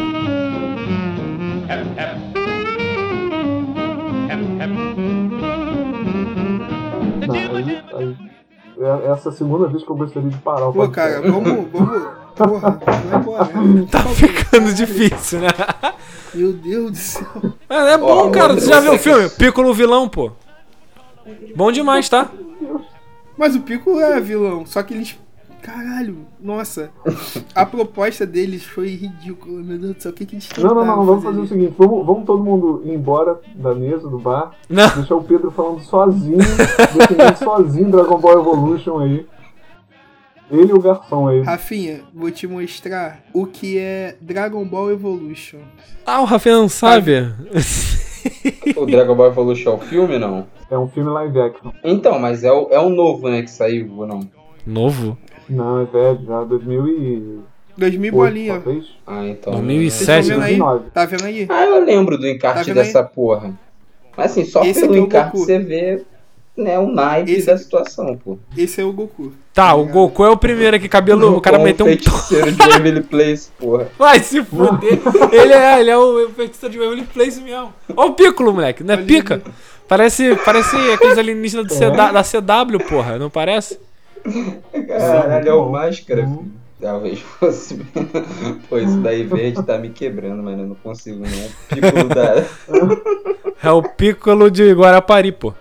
Não, essa é a segunda vez que eu gostaria de parar o Pô, podcast. cara, vamos. Porra, vai embora. Tá ficando difícil, né? Meu Deus do céu. É bom, Ó, cara. Você já viu o você filme? Piccolo vilão, pô. Bom demais, tá? Mas o Pico é vilão, só que eles. Caralho, nossa. A proposta deles foi ridícula, meu Deus do céu. O que eles Não, tentaram vamos fazer o ali? seguinte, vamos todo mundo ir embora da mesa, do bar, Não. deixar o Pedro falando sozinho, defendendo sozinho Dragon Ball Evolution aí. Ele e o garçom aí. Rafinha, vou te mostrar o que é Dragon Ball Evolution. Ah, o Rafinha não sabe. O Dragon Ball Evolution é o filme, não? É um filme live action. Então, mas é o novo, né, que saiu, ou não? Novo? Não, é velho, já 2008, 2000 bolinha. talvez. Ah, então. 2007, Vocês tão vendo aí? 2009. Tá vendo aí? Ah, eu lembro do encarte Tá vendo aí? dessa porra. Mas assim, só Esse pelo aqui é o encarte Goku. você vê, né, o naipe Esse da aqui- situação, pô. Esse é o Goku. Tá, o Goku é o primeiro aqui, cabelo. O cara Com meteu um. feiticeiro de Emily Place, porra. Vai se fuder. Ele é o feiticeiro de Waverly Place mesmo. Ó o Piccolo, moleque. Não é Olha pica? ali. Parece aqueles alienígenas da CW, porra. Não parece? Caralho, é o bom. Máscara, filho. Talvez fosse. Pô, isso daí verde tá me quebrando, mano. Eu não consigo, não. Piccolo da. É o Piccolo de Guarapari, pô.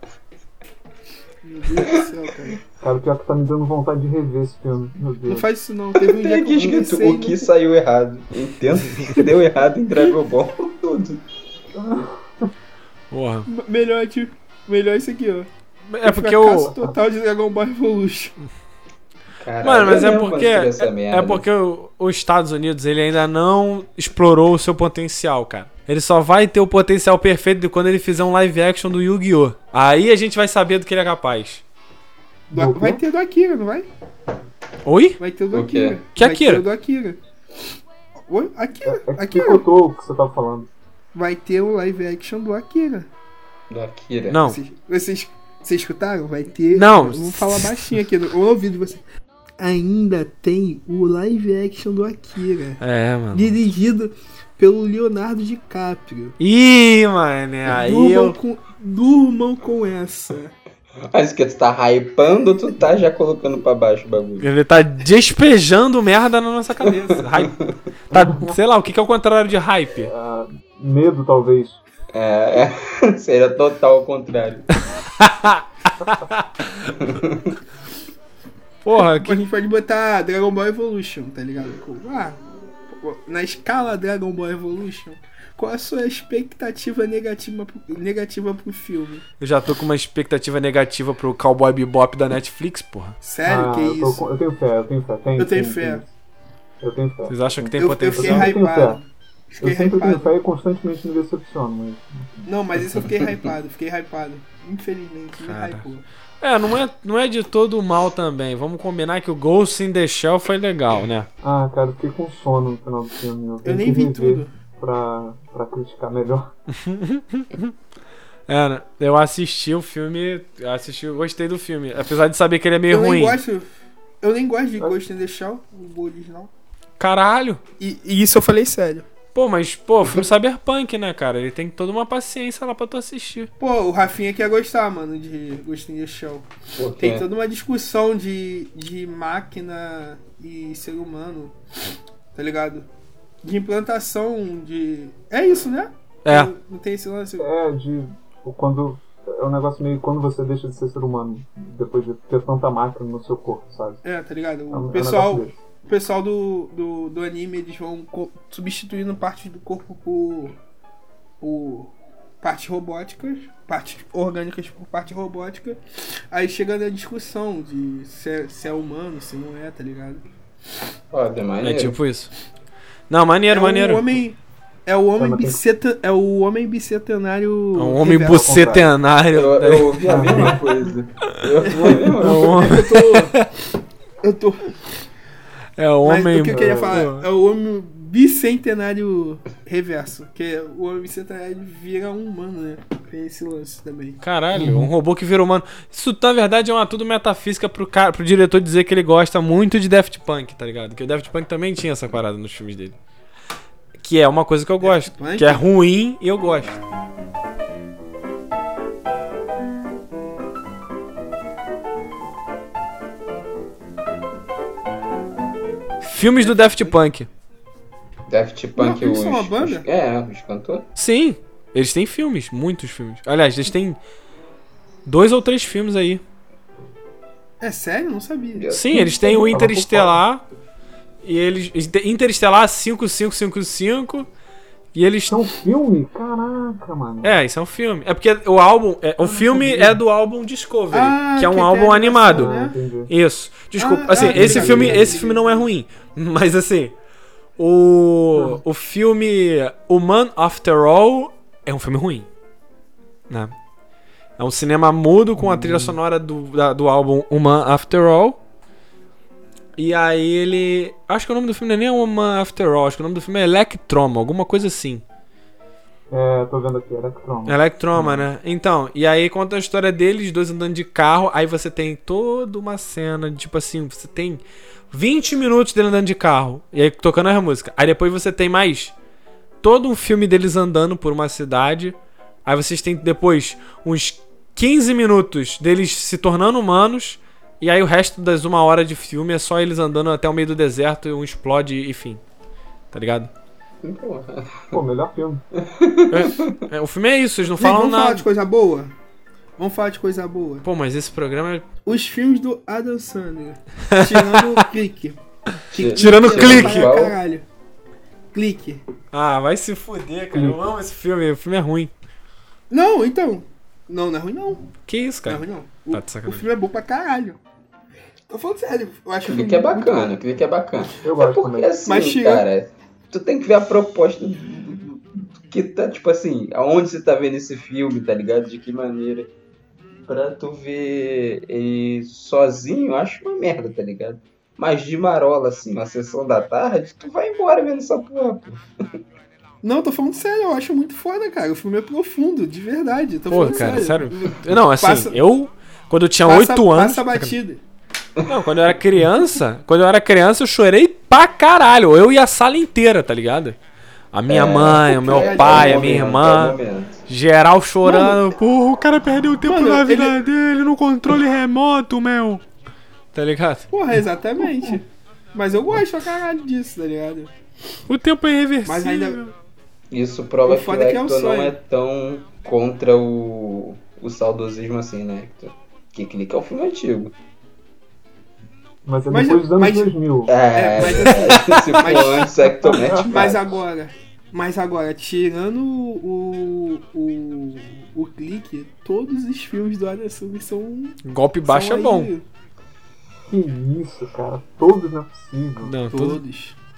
Meu Deus do céu, cara. Cara, pior que tá me dando vontade de rever esse filme. Meu Não Deus. faz isso não. Teve um dia Tem que aqui eu escrito comecei o que saiu errado. Entendo que deu errado em Dragon Ball. Tudo. Porra. Melhor isso aqui, ó. É porque Fracasso o. total de Dragon Ball Evolution. Caralho, Mano, mas eu é lembro porque. quando saiu essa merda. É porque os Estados Unidos ele ainda não explorou o seu potencial, cara. Ele só vai ter o potencial perfeito de quando ele fizer um live action do Yu-Gi-Oh! Aí a gente vai saber do que ele é capaz. Do quê? Vai ter do Akira, não vai? Oi? Vai ter o do O quê? Akira. Que Vai Akira? ter o do Akira. Oi? Akira. É que Akira. picotou o que você tava falando. Vai ter o live action do Akira. Do Akira. Não. Vocês escutaram? Vai ter. Não. Eu vou falar baixinho aqui no ouvido de você. Ainda tem o live action do Akira. É, mano. Dirigido pelo Leonardo DiCaprio. Ih, mano, aí eu. Durmam com essa. Mas que tu tá hypando ou tu tá já colocando pra baixo o bagulho? Ele tá despejando merda na nossa cabeça. Tá, sei lá, o que é o contrário de hype? Medo, talvez. Seria total ao contrário. Porra, A gente pode botar Dragon Ball Evolution, tá ligado? Na escala Dragon Ball Evolution, qual a sua expectativa negativa pro filme? eu já tô com uma expectativa negativa pro Cowboy Bebop da Netflix, porra. Sério, que isso? Eu tenho fé. Eu tenho fé. Eu tenho fé. Vocês acham que tem Eu fiquei potencial? Eu tenho hypado. fé. Fiquei Eu sempre tenho hypado. fé e constantemente me decepciono, mas... Não, mas isso eu fiquei hypado. Infelizmente, me Cara. hypou. Não é de todo mal também. Vamos combinar que o Ghost in the Shell foi legal, né? Ah, cara, eu fiquei com sono no final do filme. Eu tenho nem que vi rever tudo. pra criticar melhor. Né? Eu assisti o filme, gostei do filme. Apesar de saber que ele é meio ruim. Eu nem gosto de Ghost in the Shell, o original. Caralho! E isso eu falei sério. Pô, mas, pô, filme cyberpunk, né, cara? Ele tem toda uma paciência lá pra tu assistir. Pô, o Rafinha quer gostar, mano, de Ghost in the Shell. Porque Tem toda uma discussão de máquina e ser humano, tá ligado? De implantação de... É isso, né? É. Não tem esse lance? Quando... É um negócio meio quando você deixa de ser ser humano, depois de ter tanta máquina no seu corpo, sabe? É, tá ligado? É O um negócio pessoal... desse. O pessoal do anime, eles vão substituindo partes do corpo por partes robóticas, partes orgânicas por parte robótica. Aí chega na discussão de se é humano, se não é, tá ligado? Foda, É maneiro. tipo isso. Não, maneiro, maneiro. É o homem bicentenário. É um homem reverso. bucetenário. Eu ouvi a mesma coisa. Eu ouvi a mesma coisa. Eu tô. É o Mas homem. o que eu queria falar é o homem bicentenário reverso. Que o homem bicentenário vira um humano, né? Tem esse lance também. Caralho, um robô que vira humano. Isso, na verdade, é uma tudo metafísica pro diretor dizer que ele gosta muito de Daft Punk, tá ligado? Que o Daft Punk também tinha essa parada nos filmes dele. Que é uma coisa que eu gosto. Punk? Que é ruim e eu gosto. Filmes do Daft Punk. Daft Punk, Não, eles são uma banda? os cantores. Sim, eles têm filmes, muitos filmes. Aliás, eles têm 2 ou 3 filmes aí. É sério? Não sabia. Sim, eles têm o Interestelar. E eles. Interestelar 5555. E eles. Isso é um filme? Caraca, mano. É, isso é um filme. É porque o álbum. O filme é do álbum Discovery, que é um que álbum tem animado. animação, né? Entendi. Isso. Desculpa. Ah, Assim, ah, esse obrigado. filme não é ruim. Mas assim. O filme Human After All é um filme ruim. Né? É um cinema mudo com a trilha sonora do álbum Human After All. E aí ele... Acho que o nome do filme não é nem Human After All. Acho que o nome do filme é Electroma, alguma coisa assim. É, tô vendo aqui, Electroma. Electroma, né? Então, e aí conta a história deles, dois andando de carro. Aí você tem toda uma cena de, tipo assim, você tem 20 minutos dele andando de carro. E aí tocando a música. Aí depois você tem mais todo um filme deles andando por uma cidade. Aí vocês têm depois uns 15 minutos deles se tornando humanos. E aí o resto das 1 hora de filme é só eles andando até o meio do deserto e um explode e fim. Tá ligado? Porra. Pô, melhor filme. O filme é isso, eles não Gente, falam vamos falar nada. de coisa boa? Vamos falar de coisa boa. Pô, mas esse programa é... Os filmes do Adam Sandler. Tirando o clique. Tirando o clique. Para caralho. Clique. Ah, vai se fuder, cara. Eu amo esse filme. O filme é ruim. Não, então. Não é ruim não. Que isso, Não é cara? ruim não. Tá de O sacanagem. filme é bom pra caralho. Tô falando sério. Eu acho O o clique filme é muito bacana, bom. o clique é bacana. Eu É gosto porque também. assim, Mas tira- cara, tu tem que ver a proposta que tá, tipo assim, aonde você tá vendo esse filme, tá ligado? De que maneira. Pra tu ver ele sozinho, eu acho uma merda, tá ligado? Mas de marola, assim, uma sessão da tarde, tu vai embora vendo essa porra, pô. Não, tô falando sério. Eu acho muito foda, cara. O filme é profundo, de verdade. Tô Pô, falando cara, sério? sério. Não, assim, Passa- quando eu tinha 8 anos... Passa a batida. Não, quando eu era criança, eu chorei pra caralho. Eu e a sala inteira, tá ligado? A minha mãe, o meu cara, pai, É a o minha momento, é o irmã, momento. geral chorando. Porra, o cara perdeu o tempo Mano, da vida dele no controle remoto, meu. Tá ligado? Porra, exatamente. Mas eu gosto pra caralho disso, tá ligado? O tempo é irreversível. Mas ainda- Isso prova O que o foda é que é um Hector não sonho. é tão contra o saudosismo assim, né, Hector? Que clique é um filme antigo. Mas é Mas- depois dos anos mas- 2000. mas se for mas- antes, Hector mete Mas agora, tirando o clique, todos os filmes do Adam Sandler são. Golpe baixo são é bom. aí, Que isso, cara. Todos não é possível. Não, tudo... Todos.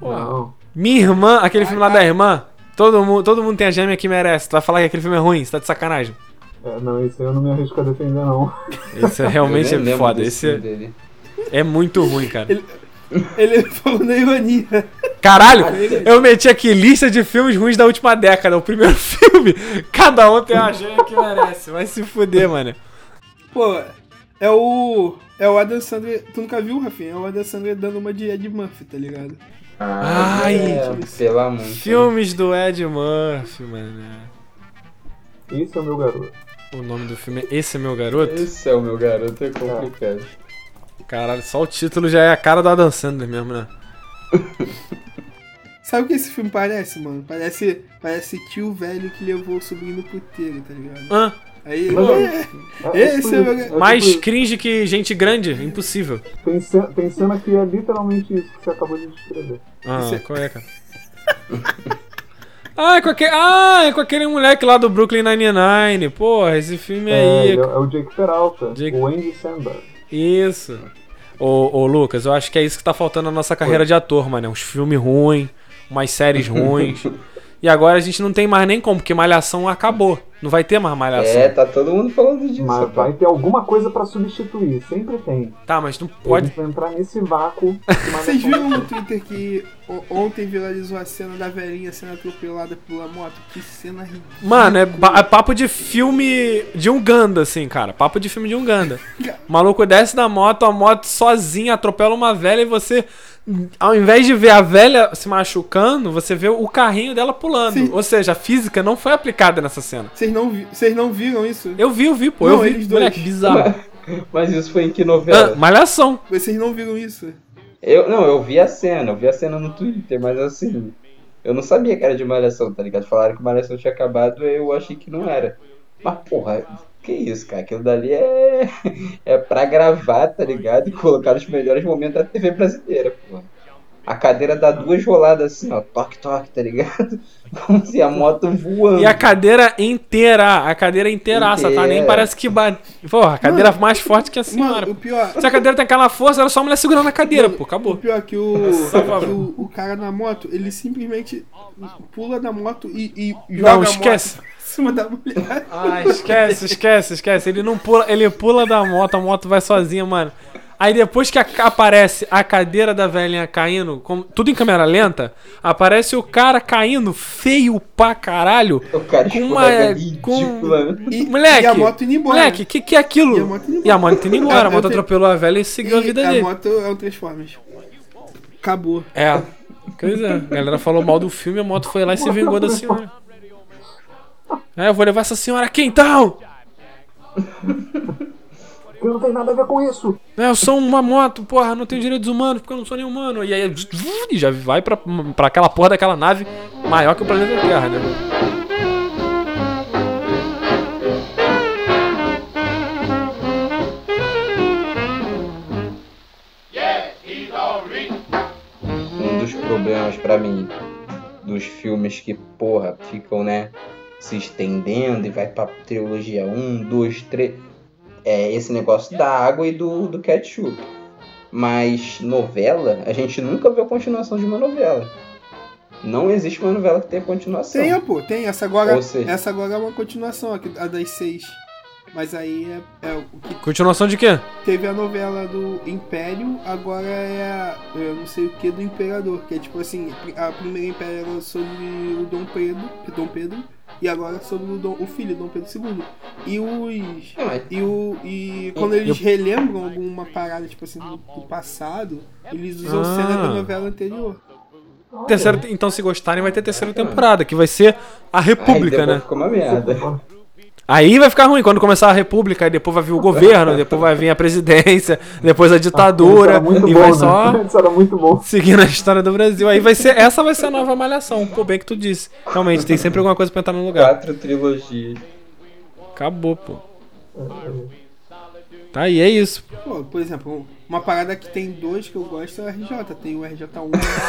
Não. Minha irmã, aquele filme lá da irmã, todo mundo tem a gêmea que merece. Tu vai falar que aquele filme é ruim, você tá de sacanagem. Não, esse aí eu não me arrisco a defender, não. Esse é realmente Eu nem lembro foda. desse Esse filme dele. é muito ruim, cara. Ele falou na ironia. Caralho, eu meti aqui lista de filmes ruins da última década. O primeiro filme, cada um tem a gêmea que merece. Vai se fuder, mano. Pô, é o Adam Sandler. Tu nunca viu, Rafinha? É o Adam Sandler dando uma de Ed Murphy, tá ligado? Ai, pelo amor. Filmes do Ed Murphy, mano. Esse é o meu garoto. O nome do filme é Esse é Meu Garoto? Esse é o meu garoto, é complicado. Caralho, só o título já é a cara do Adam Sandler mesmo, né? Sabe o que esse filme parece, mano? Parece tio velho que levou o sobrinho no puteiro, tá ligado? Hã? Aí, Mas, esse é o meu garoto. Mais tipo, cringe que gente grande? Impossível. tem cena que é literalmente isso que você acabou de descrever. Ah, qual é, cara? É com aquele moleque lá do Brooklyn Nine-Nine. Porra, esse filme aí. É o Jake Peralta, Jake- o Andy Samberg. Isso. Ô, Lucas, eu acho que é isso que tá faltando na nossa carreira de ator, mano. Uns filmes ruins, umas séries ruins. E agora a gente não tem mais nem como, porque Malhação acabou. Não vai ter mais Malhação. Tá todo mundo falando disso. Mas rapaz. vai ter alguma coisa pra substituir, sempre tem. Tá, mas não A pode. gente vai entrar nesse vácuo. Vocês viram no Twitter que ontem viralizou a cena da velhinha sendo atropelada pela moto? Que cena ridícula. Mano, é papo de filme de Uganda, assim, cara. Papo de filme de Uganda. O maluco desce da moto, a moto sozinha atropela uma velha e você, ao invés de ver a velha se machucando, você vê o carrinho dela pulando. Sim. Ou seja, a física não foi aplicada nessa cena. Vocês não viram isso? Eu vi, pô. Não, Eu vi. eles dois. Moleque, bizarro. Mas isso foi em que novela? Malhação. Vocês não viram isso? Eu vi a cena no Twitter, mas assim, eu não sabia que era de Malhação, tá ligado? Falaram que Malhação tinha acabado, eu achei que não era. Mas porra, que isso, cara? Aquilo dali é pra gravar, tá ligado? E colocar os melhores momentos da TV brasileira, porra. A cadeira dá 2 roladas assim, ó, toque, toque, tá ligado? Como se a moto voando. E a cadeira inteiraça, tá? Nem Inteira. parece que bate. Porra, a cadeira mais forte que a senhora. Mano, o pior... Se a cadeira tem aquela força, era só a mulher segurando a cadeira, pô. O Acabou. pior é que favor. o cara na moto, ele simplesmente pula da moto e joga Não, a esquece. moto em cima da mulher. Ah, esquece. Ele não pula, ele pula da moto, a moto vai sozinha, mano. Aí depois que aparece a cadeira da velhinha caindo, tudo em câmera lenta, aparece o cara caindo feio pra caralho. O cara com uma. ridícula, né? Moleque, E a moto indo embora. moleque, que é aquilo? E a moto indo embora. indo embora. A Eu moto tenho- atropelou a velha e seguiu a vida a dele. moto é um Transformers. Acabou. É. Pois é. A galera falou mal do filme, a moto foi lá e se vingou da senhora. Eu vou levar essa senhora aqui então! Que não tem nada a ver com isso. Eu sou uma moto, porra, não tenho direitos humanos porque eu não sou nem humano. E aí já vai pra aquela porra daquela nave maior que o planeta Terra, né? Um dos problemas pra mim dos filmes que, porra, ficam, né, se estendendo e vai pra trilogia 1, 2, 3, é esse negócio da água e do ketchup. Mas novela, a gente nunca viu a continuação de uma novela. Não existe uma novela que tenha continuação. Tem, pô, tem. Essa agora é uma continuação, a das 6. Mas aí é o que Continuação de quê? teve a novela do Império, agora é eu não sei o que do Imperador, que é tipo assim, a primeira Império era sobre o Dom Pedro, e agora sobre o filho, Dom Pedro II. E quando eles relembram alguma parada, tipo assim, do passado, eles usam cena da novela anterior. Então, se gostarem, vai ter terceira temporada, que vai ser a República, Aí depois né? ficou uma merda. Aí vai ficar ruim, quando começar a República, aí depois vai vir o governo, depois vai vir a presidência, depois a ditadura, e vai só Isso era muito bom. seguindo a história do Brasil. Aí essa vai ser a nova Malhação. Pô, bem que tu disse. Realmente, tem sempre alguma coisa pra entrar no lugar. 4 trilogias. Acabou, pô. Tá aí, é isso. Pô, por exemplo, uma parada que tem 2 que eu gosto é o RJ. Tem o RJ1.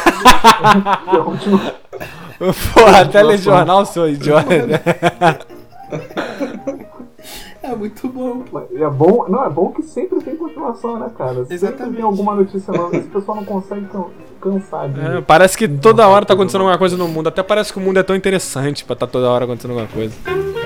Porra, telejornal, seu idiota. É muito bom. É bom, não, é bom que sempre tem continuação, né, cara? Sempre Exatamente. tem alguma notícia nova. Esse pessoal não consegue cansadinho. Parece que toda hora tá acontecendo alguma coisa no mundo. Até parece que o mundo é tão interessante pra tá toda hora acontecendo alguma coisa.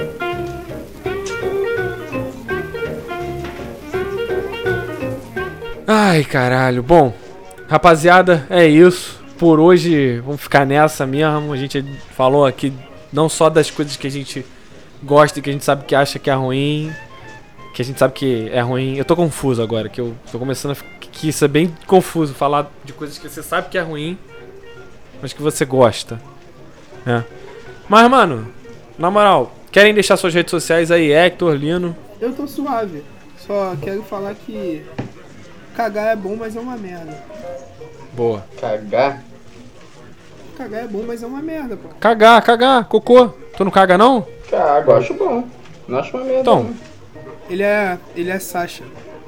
Ai, caralho. Bom, rapaziada, é isso. Por hoje, vamos ficar nessa mesmo. A gente falou aqui não só das coisas que a gente gosta e que a gente sabe que acha que é ruim, que a gente sabe que é ruim. Eu tô confuso agora, que eu tô começando a ficar... Que isso é bem confuso, falar de coisas que você sabe que é ruim, mas que você gosta, né? Mas, mano, na moral, querem deixar suas redes sociais aí, Hector, Lino? Eu tô suave. Só quero falar que cagar é bom, mas é uma merda. Boa. Cagar? Cagar é bom, mas é uma merda, pô. Cagar, cocô. Tu não caga, não? Cago, acho bom. Não acho uma merda. Então. Não. Ele é Sasha.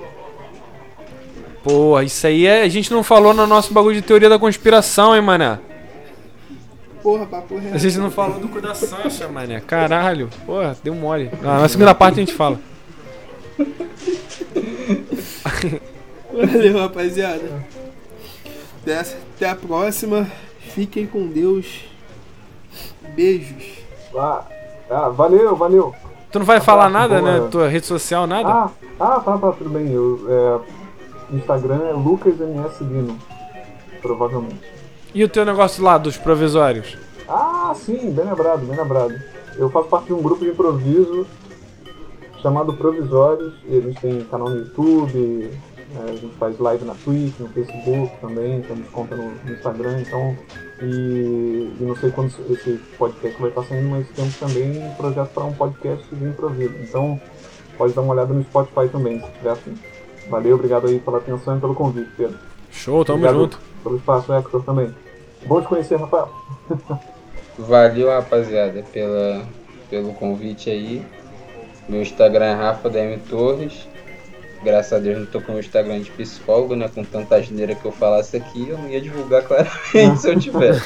Pô, isso aí a gente não falou no nosso bagulho de teoria da conspiração, hein, mané? Porra, papo reto. A gente não falou do cu da Sasha, mané. Caralho. Porra, deu mole. Na segunda parte a gente fala. Valeu, rapaziada. Até a próxima. Fiquem com Deus. Beijos. Valeu. Tu não vai falar nada, boa. né? Tua rede social, nada? Tá, tudo bem. Instagram é LucasMS Lino, provavelmente. E o teu negócio lá dos provisórios? Sim, bem lembrado. Eu faço parte de um grupo de improviso chamado Provisórios, e a gente tem canal no YouTube, a gente faz live na Twitch, no Facebook também, temos conta no Instagram, então, e não sei quando esse podcast vai estar saindo, mas temos também um projeto para um podcast de improviso, então pode dar uma olhada no Spotify também, se tiver assim. Valeu, obrigado aí pela atenção e pelo convite, Pedro. Show, tamo obrigado junto. Pelo espaço, Hector, também. Bom te conhecer, Rafael. Valeu, rapaziada, pelo convite aí. Meu Instagram é Rafa DM Torres. Graças a Deus não tô com o meu Instagram de psicólogo, né? Com tanta asneira que eu falasse aqui, eu não ia divulgar claramente se eu tivesse.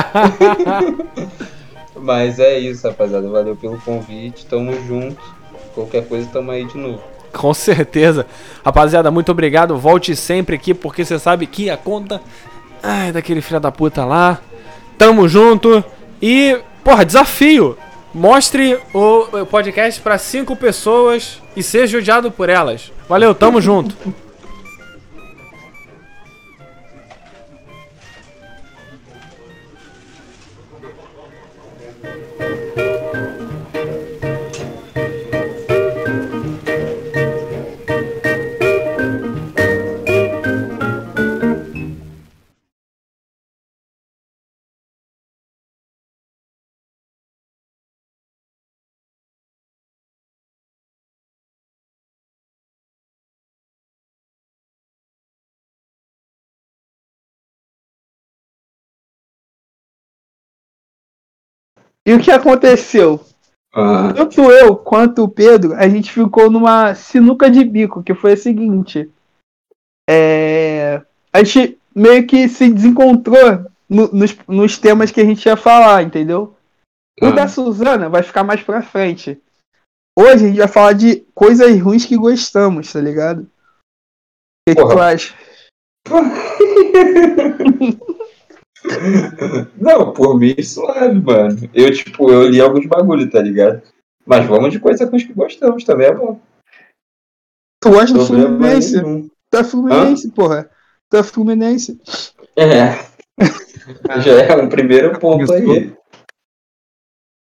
Mas é isso, rapaziada. Valeu pelo convite, tamo junto. Qualquer coisa, tamo aí de novo. Com certeza. Rapaziada, muito obrigado. Volte sempre aqui, porque você sabe que a conta... Ai, daquele filho da puta lá. Tamo junto. E, porra, desafio. Mostre o podcast pra 5 pessoas e seja odiado por elas. Valeu, tamo junto. E o que aconteceu? Tanto eu quanto o Pedro, a gente ficou numa sinuca de bico, que foi o seguinte. A gente meio que se desencontrou nos temas que a gente ia falar, entendeu? O da Suzana vai ficar mais pra frente. Hoje a gente vai falar de coisas ruins que gostamos, tá ligado? O que tu acha? Não, por mim suave, mano. Eu li alguns bagulho, tá ligado? Mas vamos de coisa com os que gostamos também, é bom. Tu gosta do Problema Fluminense? nenhum. Tu é Fluminense, porra. Tu é Fluminense. Já é um primeiro ponto aí.